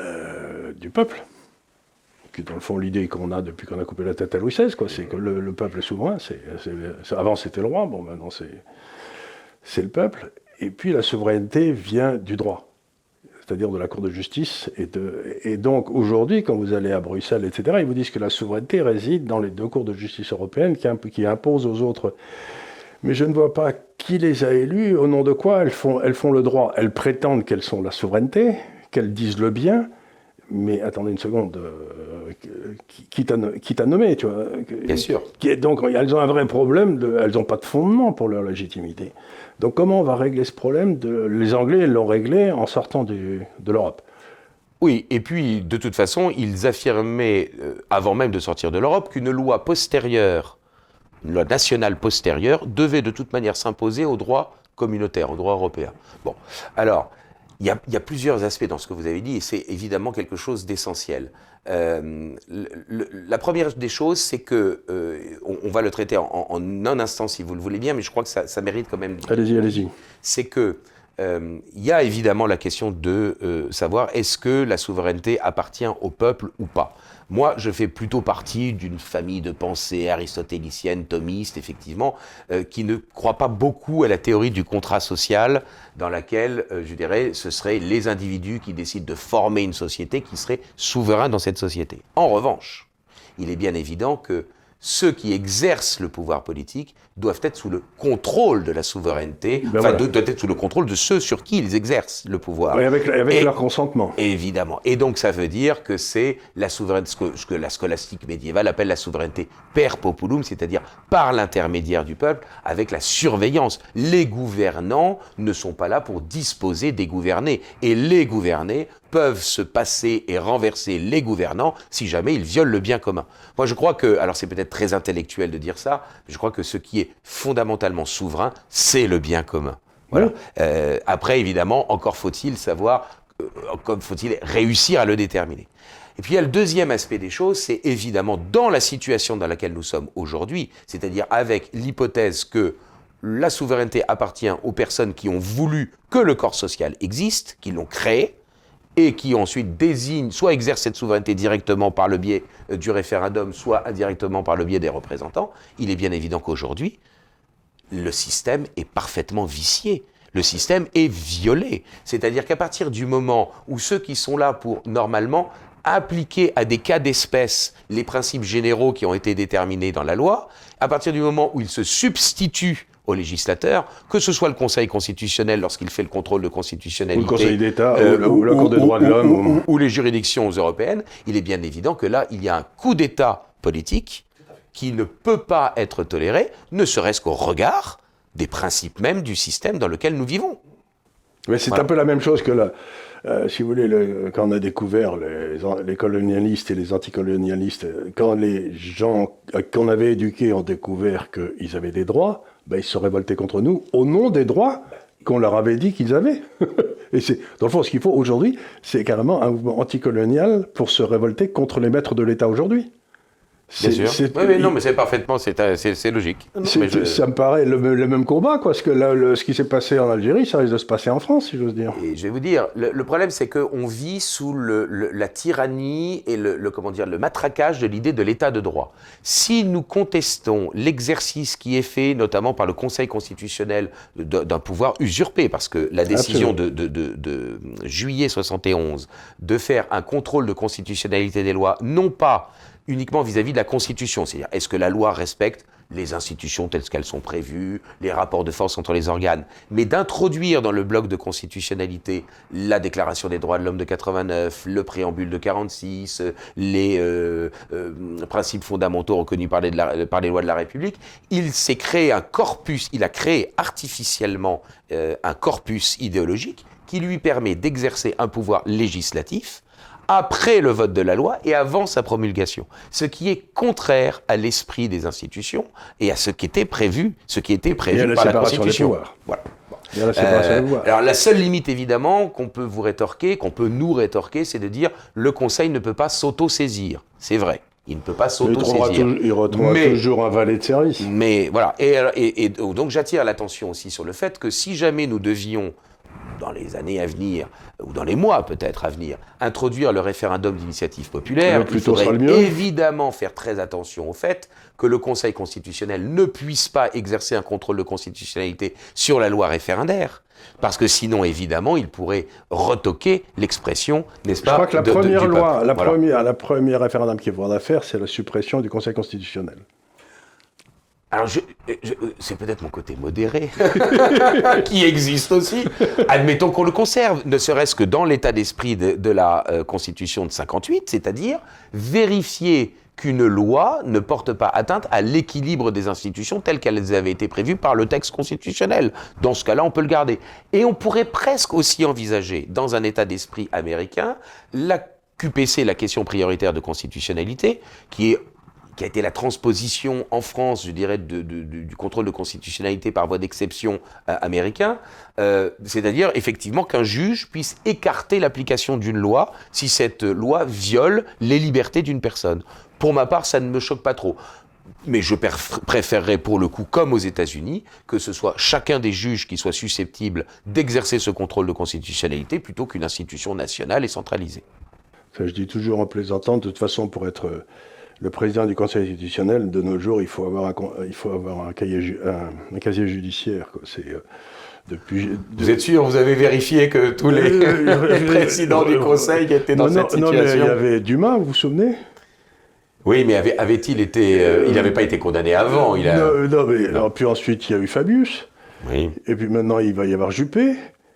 euh, du peuple, qui est dans le fond l'idée qu'on a depuis qu'on a coupé la tête à Louis seize, quoi. C'est que le, le peuple est souverain. C'est, c'est, avant, c'était le roi, bon, maintenant, c'est, c'est le peuple. Et puis, la souveraineté vient du droit, c'est-à-dire de la Cour de justice. Et, de, et donc, aujourd'hui, quand vous allez à Bruxelles, et cetera, ils vous disent que la souveraineté réside dans les deux cours de justice européennes qui, qui imposent aux autres. Mais je ne vois pas qui les a élus, au nom de quoi elles font, elles font le droit. Elles prétendent qu'elles sont la souveraineté, qu'elles disent le bien, mais attendez une seconde, euh, qui, t'a, qui t'a nommé, tu vois. Bien sûr. Qui, donc, elles ont un vrai problème, de, elles n'ont pas de fondement pour leur légitimité. Donc comment on va régler ce problème de, les Anglais l'ont réglé en sortant du, de l'Europe. Oui, et puis de toute façon, ils affirmaient, euh, avant même de sortir de l'Europe, qu'une loi postérieure, une loi nationale postérieure, devait de toute manière s'imposer au droit communautaire, au droit européen. Bon, alors, il y a, il y a plusieurs aspects dans ce que vous avez dit, et c'est évidemment quelque chose d'essentiel. Euh, le, le, la première des choses, c'est que, euh, on, on va le traiter en, en un instant si vous le voulez bien, mais je crois que ça, ça mérite quand même... Allez-y, allez-y. C'est que, euh, il y a évidemment la question de euh, savoir est-ce que la souveraineté appartient au peuple ou pas. Moi, je fais plutôt partie d'une famille de pensée aristotélicienne, thomiste, effectivement, euh, qui ne croit pas beaucoup à la théorie du contrat social, dans laquelle, euh, je dirais, ce seraient les individus qui décident de former une société qui serait souverain dans cette société. En revanche, il est bien évident que ceux qui exercent le pouvoir politique doivent être sous le contrôle de la souveraineté, ben enfin, voilà. doivent être sous le contrôle de ceux sur qui ils exercent le pouvoir. Oui, avec, avec et, leur consentement. Évidemment. Et donc, ça veut dire que c'est la souveraineté, ce que, ce que la scolastique médiévale appelle la souveraineté per populum, c'est-à-dire par l'intermédiaire du peuple, avec la surveillance. Les gouvernants ne sont pas là pour disposer des gouvernés. Et les gouvernés peuvent se passer et renverser les gouvernants si jamais ils violent le bien commun. Moi, je crois que, alors c'est peut-être très intellectuel de dire ça, mais je crois que ce qui est fondamentalement souverain, c'est le bien commun. Voilà. Oui. Euh, après, évidemment, encore faut-il savoir comme faut-il réussir à le déterminer. Et puis il y a le deuxième aspect des choses, c'est évidemment dans la situation dans laquelle nous sommes aujourd'hui, c'est-à-dire avec l'hypothèse que la souveraineté appartient aux personnes qui ont voulu que le corps social existe, qui l'ont créé, et qui ensuite désignent, soit exercent cette souveraineté directement par le biais du référendum, soit indirectement par le biais des représentants. Il est bien évident qu'aujourd'hui, le système est parfaitement vicié. Le système est violé. C'est-à-dire qu'à partir du moment où ceux qui sont là pour, normalement, appliquer à des cas d'espèce les principes généraux qui ont été déterminés dans la loi, à partir du moment où ils se substituent aux législateurs, que ce soit le Conseil constitutionnel lorsqu'il fait le contrôle de constitutionnalité, ou le Conseil d'État, euh, ou, ou la Cour des droits de l'homme, ou, ou, ou les juridictions européennes, il est bien évident que là, il y a un coup d'État politique qui ne peut pas être toléré, ne serait-ce qu'au regard des principes même du système dans lequel nous vivons. Mais c'est voilà. un peu la même chose que là. Euh, si vous voulez, le, quand on a découvert les, les colonialistes et les anticolonialistes, quand les gens qu'on avait éduqués ont découvert qu'ils avaient des droits, ben ils se sont révoltés contre nous au nom des droits qu'on leur avait dit qu'ils avaient. Et c'est, dans le fond, ce qu'il faut aujourd'hui, c'est carrément un mouvement anticolonial pour se révolter contre les maîtres de l'État aujourd'hui. Bien sûr. C'est, oui, mais non, mais c'est parfaitement, c'est, c'est, c'est logique. Non, c'est, mais je... Ça me paraît le, le même combat, quoi, parce que là, le, ce qui s'est passé en Algérie, ça risque de se passer en France, si j'ose dire. Et je vais vous dire, le, le problème, c'est qu'on vit sous le, le, la tyrannie et le, le, comment dire, le matraquage de l'idée de l'état de droit. Si nous contestons l'exercice qui est fait, notamment par le Conseil constitutionnel, d'un pouvoir usurpé, parce que la décision de, de, de, de juillet soixante et onze de faire un contrôle de constitutionnalité des lois, non pas uniquement vis-à-vis de la Constitution, c'est-à-dire est-ce que la loi respecte les institutions telles qu'elles sont prévues, les rapports de force entre les organes, mais d'introduire dans le bloc de constitutionnalité la Déclaration des droits de l'homme de quatre-vingt-neuf, le préambule de quarante-six, les euh, euh, principes fondamentaux reconnus par les, de la, par les lois de la République. Il s'est créé un corpus, il a créé artificiellement euh, un corpus idéologique qui lui permet d'exercer un pouvoir législatif après le vote de la loi et avant sa promulgation, ce qui est contraire à l'esprit des institutions et à ce qui était prévu, ce qui était prévu la par la Constitution. Voilà. Bon. La euh, alors la seule limite évidemment qu'on peut vous rétorquer, qu'on peut nous rétorquer, c'est de dire le Conseil ne peut pas s'auto-saisir. C'est vrai. Il ne peut pas s'auto-saisir. Il retrouvera mais, toujours un valet de service. Mais voilà. Et, et, et donc j'attire l'attention aussi sur le fait que si jamais nous devions dans les années à venir, ou dans les mois peut-être à venir, introduire le référendum d'initiative populaire, il faudrait évidemment faire très attention au fait que le Conseil constitutionnel ne puisse pas exercer un contrôle de constitutionnalité sur la loi référendaire, parce que sinon, évidemment, il pourrait retoquer l'expression, n'est-ce pas, Je crois que la de, première de, du loi, peuple. la, voilà. première, la première référendum qu'il faudra faire, c'est la suppression du Conseil constitutionnel. Alors, je, je, c'est peut-être mon côté modéré, qui existe aussi. Admettons qu'on le conserve, ne serait-ce que dans l'état d'esprit de, de la euh, Constitution de cinquante-huit, c'est-à-dire vérifier qu'une loi ne porte pas atteinte à l'équilibre des institutions telles qu'elles avaient été prévues par le texte constitutionnel. Dans ce cas-là, on peut le garder. Et on pourrait presque aussi envisager, dans un état d'esprit américain, la Q P C, la question prioritaire de constitutionnalité, qui est qui a été la transposition en France, je dirais, de, de, de, du contrôle de constitutionnalité par voie d'exception euh, américain, euh, c'est-à-dire effectivement qu'un juge puisse écarter l'application d'une loi si cette loi viole les libertés d'une personne. Pour ma part, ça ne me choque pas trop. Mais je préférerais pour le coup, comme aux États-Unis, que ce soit chacun des juges qui soit susceptible d'exercer ce contrôle de constitutionnalité plutôt qu'une institution nationale et centralisée. Ça, je dis toujours en plaisantant, de toute façon, pour être euh, le président du Conseil constitutionnel, de nos jours, il faut avoir un, il faut avoir un, cahier, un, un casier judiciaire. Quoi. C'est, euh, depuis, de... Vous êtes sûr, vous avez vérifié que tous les, euh, les présidents du Conseil qui étaient dans non, cette non, situation... Non, mais il y avait Dumas, vous vous souvenez ? Oui, mais avait, avait-il été... Euh, il n'avait pas été condamné avant. Il a... Non, non mais non. Alors, puis ensuite, il y a eu Fabius. Oui. Et puis maintenant, il va y avoir Juppé.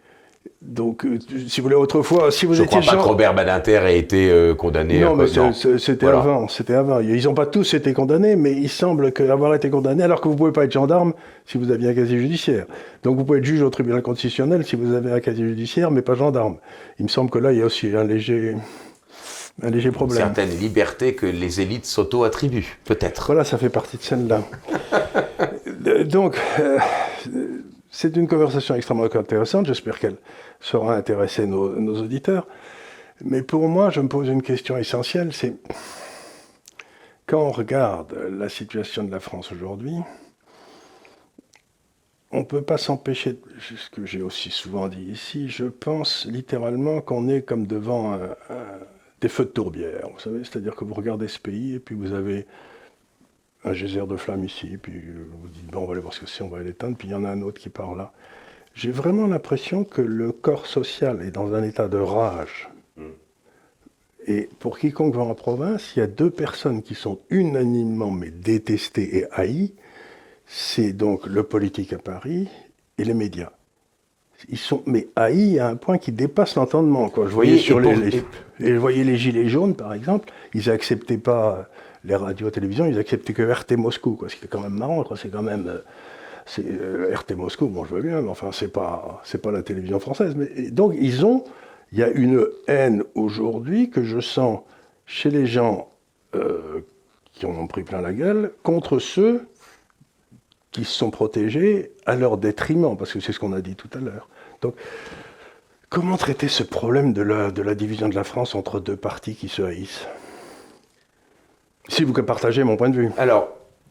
Donc, euh, si vous voulez, autrefois, si vous Je étiez... Je ne crois pas que Robert Badinter ait été euh, condamné. Non, mais non. c'était voilà. avant, c'était avant. Ils n'ont pas tous été condamnés, mais il semble qu'avoir été condamné, alors que vous ne pouvez pas être gendarme si vous aviez un casier judiciaire. Donc, vous pouvez être juge au tribunal constitutionnel si vous avez un casier judiciaire, mais pas gendarme. Il me semble que là, il y a aussi un léger... un léger problème. Certaines libertés que les élites s'auto-attribuent, peut-être. Voilà, ça fait partie de celle-là. Donc, euh, C'est une conversation extrêmement intéressante, j'espère qu'elle saura intéresser nos, nos auditeurs. Mais pour moi, je me pose une question essentielle, c'est quand on regarde la situation de la France aujourd'hui, on ne peut pas s'empêcher, ce que j'ai aussi souvent dit ici, je pense littéralement qu'on est comme devant un, un, des feux de tourbière, vous savez, c'est-à-dire que vous regardez ce pays et puis vous avez un geyser de flammes ici, puis vous dites, bon, on va aller voir ce que c'est, on va l'éteindre, puis il y en a un autre qui part là. J'ai vraiment l'impression que le corps social est dans un état de rage. Mm. Et pour quiconque va en province, il y a deux personnes qui sont unanimement mais détestées et haïes. C'est donc le politique à Paris et les médias. Ils sont mais haïs à un point qui dépasse l'entendement, quoi. Je voyais oui, sur les, les, et je voyais les gilets jaunes, par exemple, ils n'acceptaient pas les radios, télévisions, ils acceptaient que R T Moscou, quoi. Ce qui est quand même marrant, quoi. C'est quand même c'est, euh, R T Moscou, bon, je veux bien, mais enfin, c'est pas c'est pas la télévision française. Mais donc ils ont, il y a une haine aujourd'hui que je sens chez les gens euh, qui en ont pris plein la gueule contre ceux qui se sont protégés à leur détriment, parce que c'est ce qu'on a dit tout à l'heure. Donc, comment traiter ce problème de la, de la division de la France entre deux partis qui se haïssent? Si vous partagez mon point de vue. Alors,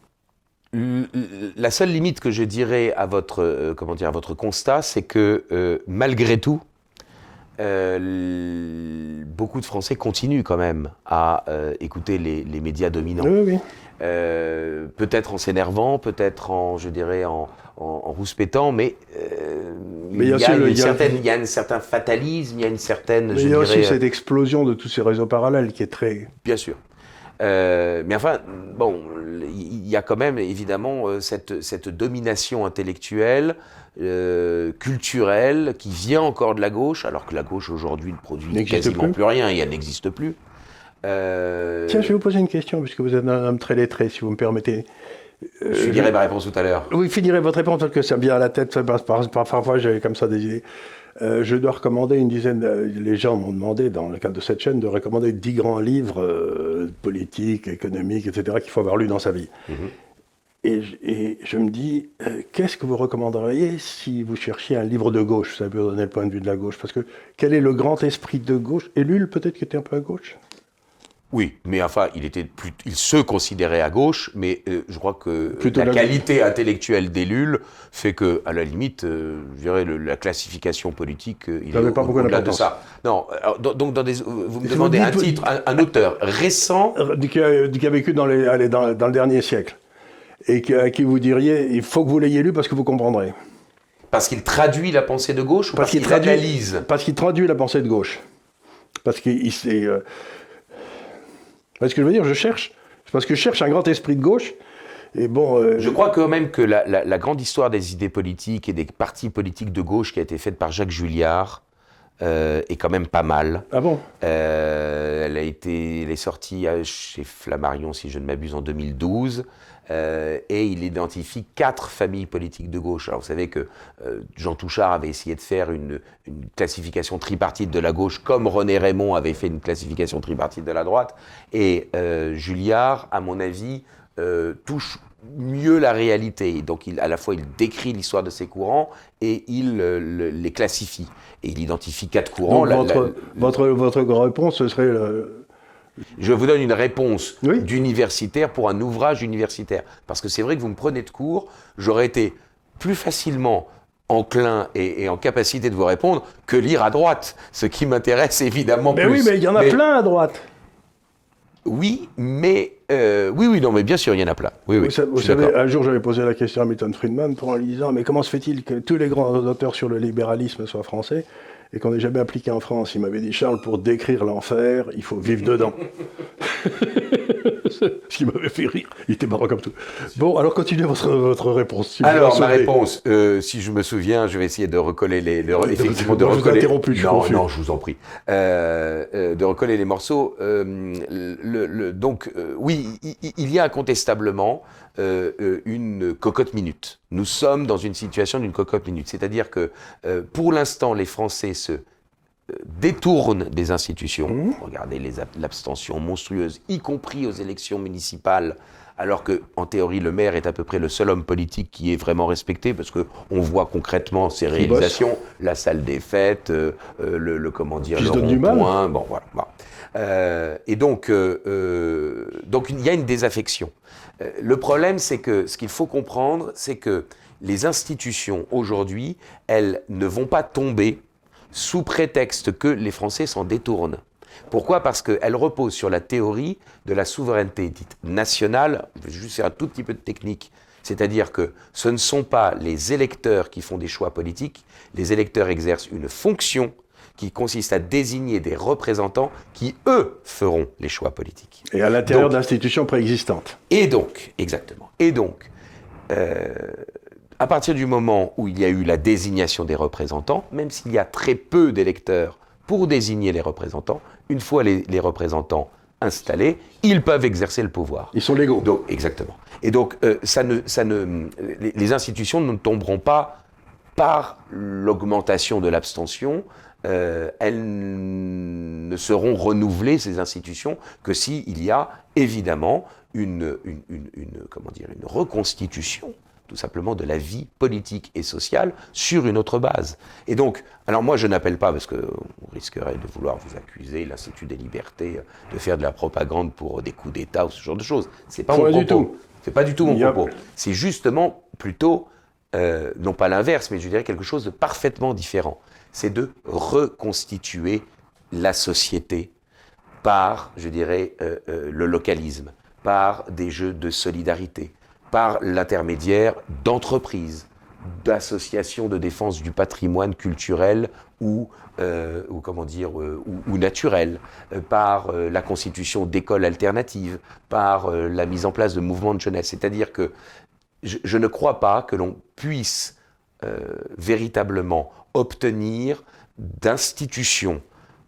la seule limite que je dirais à votre, euh, comment dire, à votre constat, c'est que, euh, malgré tout, euh, beaucoup de Français continuent quand même à euh, écouter les, les médias dominants. Oui, oui. Euh, peut-être en s'énervant, peut-être en, je dirais, en, en, en rouspétant, mais, euh, mais il, y a, y a une il, y a... Certaine, il y a un certain fatalisme, il y a une certaine... Mais je il y a dirais, aussi cette explosion de tous ces réseaux parallèles qui est très... Bien sûr. Euh, mais enfin, bon, il y a quand même évidemment cette, cette domination intellectuelle, euh, culturelle, qui vient encore de la gauche, alors que la gauche aujourd'hui ne produit n'existe quasiment plus. plus rien et elle n'existe plus. Euh... Tiens, je vais vous poser une question, puisque vous êtes un homme très lettré, si vous me permettez. Euh, je finirai je... ma réponse tout à l'heure. Oui, finirez votre réponse, parce que ça me vient à la tête, parfois j'avais comme ça des idées. Euh, je dois recommander une dizaine, de, les gens m'ont demandé, dans le cadre de cette chaîne, de recommander dix grands livres euh, politiques, économiques, et cetera, qu'il faut avoir lu dans sa vie. Mm-hmm. Et, et je me dis, euh, qu'est-ce que vous recommanderiez si vous cherchiez un livre de gauche? Ça peut donner le point de vue de la gauche, parce que quel est le grand esprit de gauche? Ellul, peut-être, qui était un peu à gauche? Oui, mais enfin, il, était plus, il se considérait à gauche, mais euh, je crois que Plutôt la, la qualité intellectuelle d'Ellul fait que, à la limite, euh, je dirais, le, la classification politique, euh, il ça est pas au, au-delà de ça. Non, alors, donc dans des, vous me demandez un titre, un, un auteur récent... Qui a, qui a vécu dans, les, allez, dans, dans le dernier siècle, et qui, à qui vous diriez, il faut que vous l'ayez lu parce que vous comprendrez. Parce qu'il traduit la pensée de gauche ou parce, parce qu'il, qu'il traduit, analyse? Parce qu'il traduit la pensée de gauche. Parce qu'il s'est... Euh, Parce que je veux dire, je cherche, parce que je cherche un grand esprit de gauche, et bon... Euh... Je crois quand même que la, la, la grande histoire des idées politiques et des partis politiques de gauche qui a été faite par Jacques Julliard euh, est quand même pas mal. Ah bon? euh, elle, a été, elle est sortie chez Flammarion, si je ne m'abuse, en deux mille douze, euh, et il identifie quatre familles politiques de gauche. Alors vous savez que euh, Jean Touchard avait essayé de faire une, une classification tripartite de la gauche, comme René Raymond avait fait une classification tripartite de la droite, et euh, Julliard, à mon avis, euh, touche mieux la réalité. Donc il, à la fois il décrit l'histoire de ces courants et il euh, le, les classifie. Et il identifie quatre courants. Donc la, votre, la, votre, votre réponse, ce serait... Le... Je vous donne une réponse oui. d'universitaire pour un ouvrage universitaire. Parce que c'est vrai que vous me prenez de court, j'aurais été plus facilement enclin et, et en capacité de vous répondre que lire à droite. Ce qui m'intéresse évidemment mais plus. Mais oui, mais il y en a mais... plein à droite. Oui, mais... Euh, oui, oui, non, mais bien sûr, il y en a plein. Oui, oui, vous vous savez, un jour, j'avais posé la question à Milton Friedman pour en lui disant « Mais comment se fait-il que tous les grands auteurs sur le libéralisme soient français et qu'on n'ait jamais appliqué en France ?» Il m'avait dit « Charles, pour décrire l'enfer, il faut vivre dedans. » Ce qui m'avait fait rire. Il était marrant comme tout. Bon, alors continuez votre, votre réponse. Si alors, ma réponse, euh, si je me souviens, je vais essayer de recoller les... les oui, effectivement, de je recoller... vous interromps, je non, confus. non, je vous en prie. Euh, euh, de recoller les morceaux. Euh, le, le, donc, euh, oui, il, il y a incontestablement euh, une cocotte minute. Nous sommes dans une situation d'une cocotte minute. C'est-à-dire que, euh, pour l'instant, les Français se détourne des institutions. Mmh. Regardez les ab- l'abstention monstrueuse, y compris aux élections municipales, alors qu'en théorie, le maire est à peu près le seul homme politique qui est vraiment respecté, parce qu'on voit concrètement ses réalisations, la salle des fêtes, euh, euh, le, le, comment dire, le rond-point, bon, voilà. voilà. Euh, et donc, euh, euh, donc, il y a une désaffection. Euh, le problème, c'est que ce qu'il faut comprendre, c'est que les institutions, aujourd'hui, elles ne vont pas tomber sous prétexte que les Français s'en détournent. Pourquoi ? Parce qu'elles reposent sur la théorie de la souveraineté dite nationale. Je vais juste faire un tout petit peu de technique. C'est-à-dire que ce ne sont pas les électeurs qui font des choix politiques. Les électeurs exercent une fonction qui consiste à désigner des représentants qui, eux, feront les choix politiques. Et à l'intérieur d'institutions préexistantes. Et donc, exactement. Et donc, euh, à partir du moment où il y a eu la désignation des représentants, même s'il y a très peu d'électeurs pour désigner les représentants, une fois les, les représentants installés, ils peuvent exercer le pouvoir. Ils sont légaux. Donc, exactement. Et donc, euh, ça ne, ça ne, les, les institutions ne tomberont pas par l'augmentation de l'abstention. Euh, elles ne seront renouvelées, ces institutions, que s'il y a évidemment une, une, une, une, comment dire, une reconstitution tout simplement de la vie politique et sociale sur une autre base. Et donc, alors moi je n'appelle pas, parce qu'on risquerait de vouloir vous accuser, l'Institut des libertés, de faire de la propagande pour des coups d'État ou ce genre de choses. C'est pas mon propos. C'est pas du tout mon propos. C'est justement plutôt, euh, non pas l'inverse, mais je dirais quelque chose de parfaitement différent. C'est de reconstituer la société par, je dirais, euh, euh, le localisme, par des jeux de solidarité, par l'intermédiaire d'entreprises, d'associations de défense du patrimoine culturel ou, euh, ou comment dire, euh, ou, ou naturel, euh, par euh, la constitution d'écoles alternatives, par euh, la mise en place de mouvements de jeunesse. C'est-à-dire que je, je ne crois pas que l'on puisse euh, véritablement obtenir d'institutions,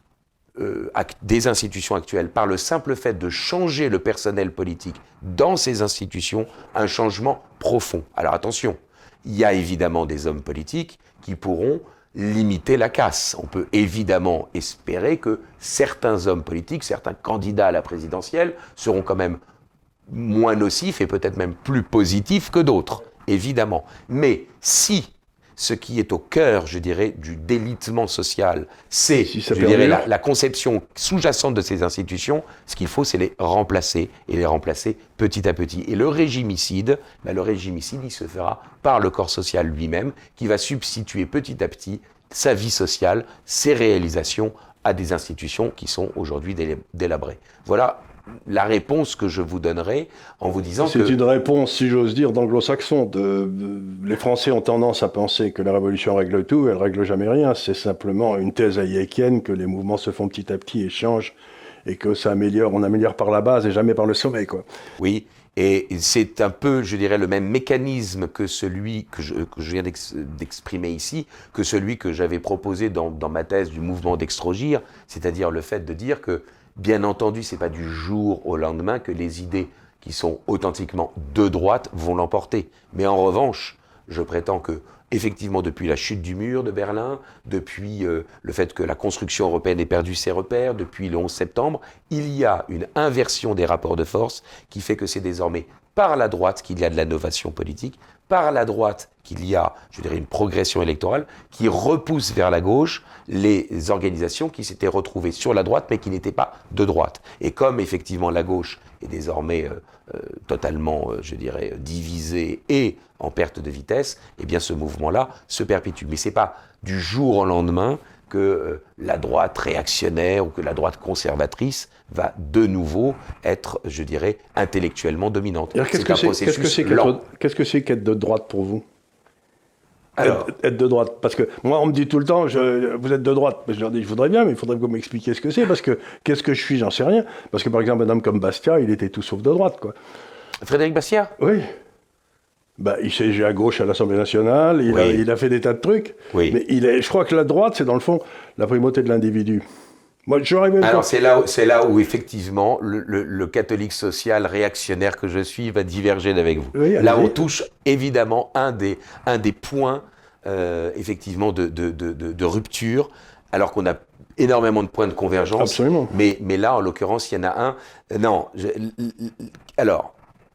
euh, des institutions actuelles, par le simple fait de changer le personnel politique dans ces institutions, un changement profond. Alors attention, il y a évidemment des hommes politiques qui pourront limiter la casse. On peut évidemment espérer que certains hommes politiques, certains candidats à la présidentielle seront quand même moins nocifs et peut-être même plus positifs que d'autres, évidemment. Mais si ce qui est au cœur, je dirais, du délitement social, c'est, si je dirais, la, la conception sous-jacente de ces institutions, ce qu'il faut, c'est les remplacer, et les remplacer petit à petit. Et le régimicide, ben le régimicide, il se fera par le corps social lui-même, qui va substituer petit à petit sa vie sociale, ses réalisations à des institutions qui sont aujourd'hui délabrées. Voilà la réponse que je vous donnerai en vous disant c'est que... C'est une réponse, si j'ose dire, d'anglo-saxon. De, de, les Français ont tendance à penser que la révolution règle tout, elle ne règle jamais rien. C'est simplement une thèse hayekienne que les mouvements se font petit à petit et changent, et que ça améliore, on améliore par la base et jamais par le sommet, quoi. Oui, et c'est un peu, je dirais, le même mécanisme que celui que je, que je viens d'ex, d'exprimer ici, que celui que j'avais proposé dans, dans ma thèse du mouvement d'Extrogir, c'est-à-dire le fait de dire que bien entendu, ce n'est pas du jour au lendemain que les idées qui sont authentiquement de droite vont l'emporter. Mais en revanche, je prétends que, effectivement, depuis la chute du mur de Berlin, depuis euh, le fait que la construction européenne ait perdu ses repères, depuis le onze septembre, il y a une inversion des rapports de force qui fait que c'est désormais par la droite qu'il y a de la novation politique, par la droite qu'il y a, je dirais, une progression électorale qui repousse vers la gauche les organisations qui s'étaient retrouvées sur la droite mais qui n'étaient pas de droite. Et comme effectivement la gauche est désormais euh, euh, totalement, euh, je dirais, divisée et en perte de vitesse, eh bien ce mouvement-là se perpétue. Mais c'est pas du jour au lendemain que euh, la droite réactionnaire ou que la droite conservatrice va de nouveau être, je dirais, intellectuellement dominante. Alors, qu'est-ce, que c'est, qu'est-ce que c'est qu'être, qu'est-ce que c'est qu'être de droite pour vous ? Alors, être, être de droite, parce que moi on me dit tout le temps, je, vous êtes de droite, je leur dis je voudrais bien, mais il faudrait que vous m'expliquiez ce que c'est, parce que qu'est-ce que je suis, j'en sais rien. Parce que par exemple un homme comme Bastiat, il était tout sauf de droite, quoi. Frédéric Bastiat ? Oui. Bah, il siégeait à gauche à l'Assemblée nationale, il, oui. a, il a fait des tas de trucs, oui. mais il est, je crois que la droite, c'est dans le fond la primauté de l'individu. Moi, même Alors c'est là, où, c'est là où effectivement le, le, le catholique social réactionnaire que je suis va diverger d'avec vous. Oui, là on touche évidemment un des, un des points euh, effectivement de, de, de, de, de rupture, alors qu'on a énormément de points de convergence. Absolument. Mais, mais là, en l'occurrence, il y en a un. Euh, non. Je, alors,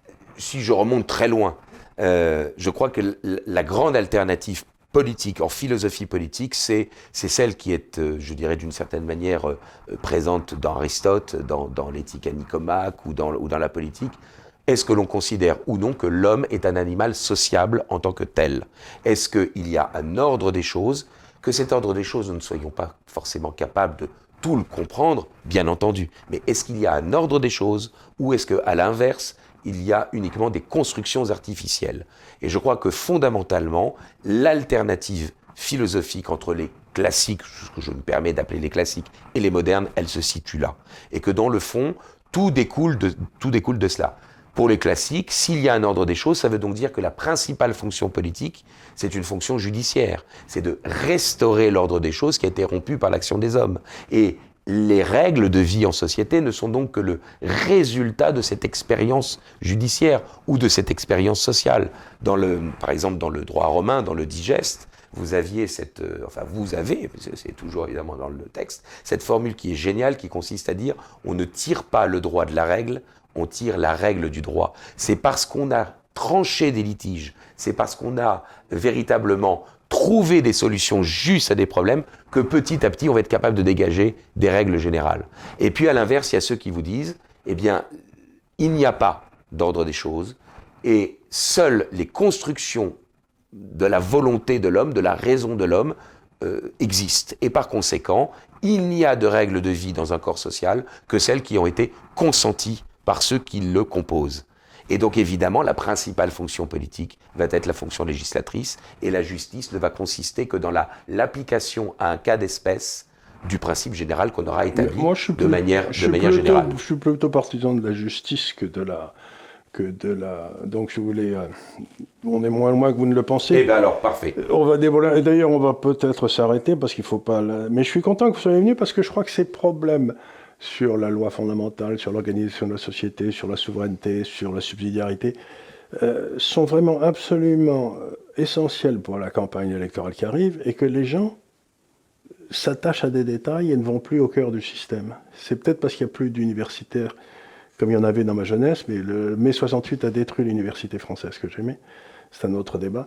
si je remonte très loin, euh, je crois que la grande alternative politique, en philosophie politique, c'est, c'est celle qui est, euh, je dirais, d'une certaine manière euh, présente dans Aristote, dans, dans l'éthique à Nicomaque ou dans, ou dans la politique. Est-ce que l'on considère ou non que l'homme est un animal sociable en tant que tel? Est-ce qu'il y a un ordre des choses? Que cet ordre des choses, nous ne soyons pas forcément capables de tout le comprendre, bien entendu. Mais est-ce qu'il y a un ordre des choses ou est-ce qu'à l'inverse, il y a uniquement des constructions artificielles? Et je crois que fondamentalement, l'alternative philosophique entre les classiques, ce que je me permets d'appeler les classiques, et les modernes, elle se situe là. Et que dans le fond, tout découle de, tout découle de cela. Pour les classiques, s'il y a un ordre des choses, ça veut donc dire que la principale fonction politique, c'est une fonction judiciaire. C'est de restaurer l'ordre des choses qui a été rompu par l'action des hommes. Et les règles de vie en société ne sont donc que le résultat de cette expérience judiciaire ou de cette expérience sociale. Dans le, par exemple, dans le droit romain, dans le digeste, vous aviez cette, euh, enfin vous avez, c'est toujours évidemment dans le texte, cette formule qui est géniale, qui consiste à dire on ne tire pas le droit de la règle, on tire la règle du droit. C'est parce qu'on a tranché des litiges, c'est parce qu'on a véritablement trouvé des solutions justes à des problèmes que petit à petit on va être capable de dégager des règles générales. Et puis à l'inverse, il y a ceux qui vous disent, eh bien, il n'y a pas d'ordre des choses et seules les constructions de la volonté de l'homme, de la raison de l'homme, euh, existent. Et par conséquent, il n'y a de règles de vie dans un corps social que celles qui ont été consenties par ceux qui le composent. Et donc évidemment, la principale fonction politique va être la fonction législatrice, et la justice ne va consister que dans la, l'application à un cas d'espèce du principe général qu'on aura établi Moi, je suis plus, de manière, je de manière plutôt, générale. Je suis plutôt partisan de la justice que de la... Que de la... Donc je voulais... Euh, on est moins loin que vous ne le pensez. Eh bien alors, parfait. On va dévoiler... Et d'ailleurs, on va peut-être s'arrêter parce qu'il ne faut pas... La... Mais je suis content que vous soyez venu parce que je crois que ces problèmes sur la loi fondamentale, sur l'organisation de la société, sur la souveraineté, sur la subsidiarité, euh, sont vraiment absolument essentiels pour la campagne électorale qui arrive et que les gens s'attachent à des détails et ne vont plus au cœur du système. C'est peut-être parce qu'il n'y a plus d'universitaires comme il y en avait dans ma jeunesse, mais le mai soixante-huit a détruit l'université française que j'aimais. C'est un autre débat.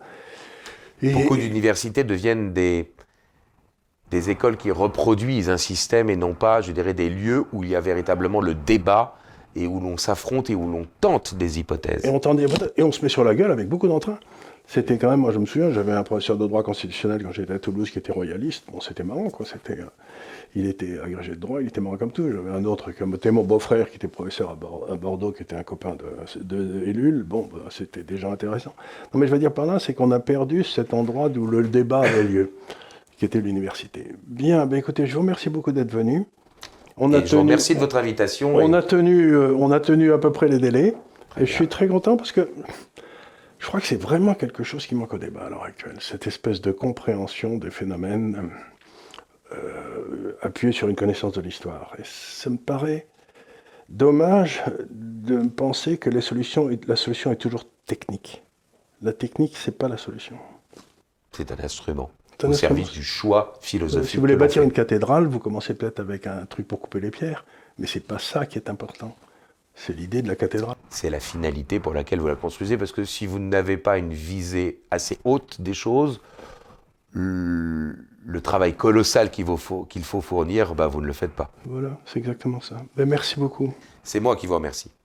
Et beaucoup d'universités deviennent des... des écoles qui reproduisent un système et non pas, je dirais, des lieux où il y a véritablement le débat et où l'on s'affronte et où l'on tente des hypothèses. Et on tente des hypothèses, et on se met sur la gueule avec beaucoup d'entrain. C'était quand même, moi je me souviens, j'avais un professeur de droit constitutionnel quand j'étais à Toulouse qui était royaliste. Bon, c'était marrant, quoi. C'était, euh, il était agrégé de droit, il était marrant comme tout. J'avais un autre, comme était mon beau-frère, qui était professeur à, Bor- à Bordeaux, qui était un copain de, de, de Ellul. Bon, bah, c'était déjà intéressant. Non, mais je veux dire par là, c'est qu'on a perdu cet endroit où le débat avait lieu, qui était l'université. Bien, ben écoutez, je vous remercie beaucoup d'être venu. On a et tenu, je vous remercie de votre invitation. On, et... a tenu, euh, on a tenu à peu près les délais. Très et bien. Je suis très content parce que je crois que c'est vraiment quelque chose qui manque au débat à l'heure actuelle. Cette espèce de compréhension des phénomènes euh, appuyée sur une connaissance de l'histoire. Et ça me paraît dommage de penser que les solutions, la solution est toujours technique. La technique, c'est pas la solution. C'est un instrument. Au service du choix philosophique. Si vous voulez bâtir une cathédrale, vous commencez peut-être avec un truc pour couper les pierres, mais c'est pas ça qui est important. C'est l'idée de la cathédrale. C'est la finalité pour laquelle vous la construisez, parce que si vous n'avez pas une visée assez haute des choses, le, le travail colossal qu'il faut, qu'il faut fournir, bah, vous ne le faites pas. Voilà, c'est exactement ça. Ben, merci beaucoup. C'est moi qui vous remercie.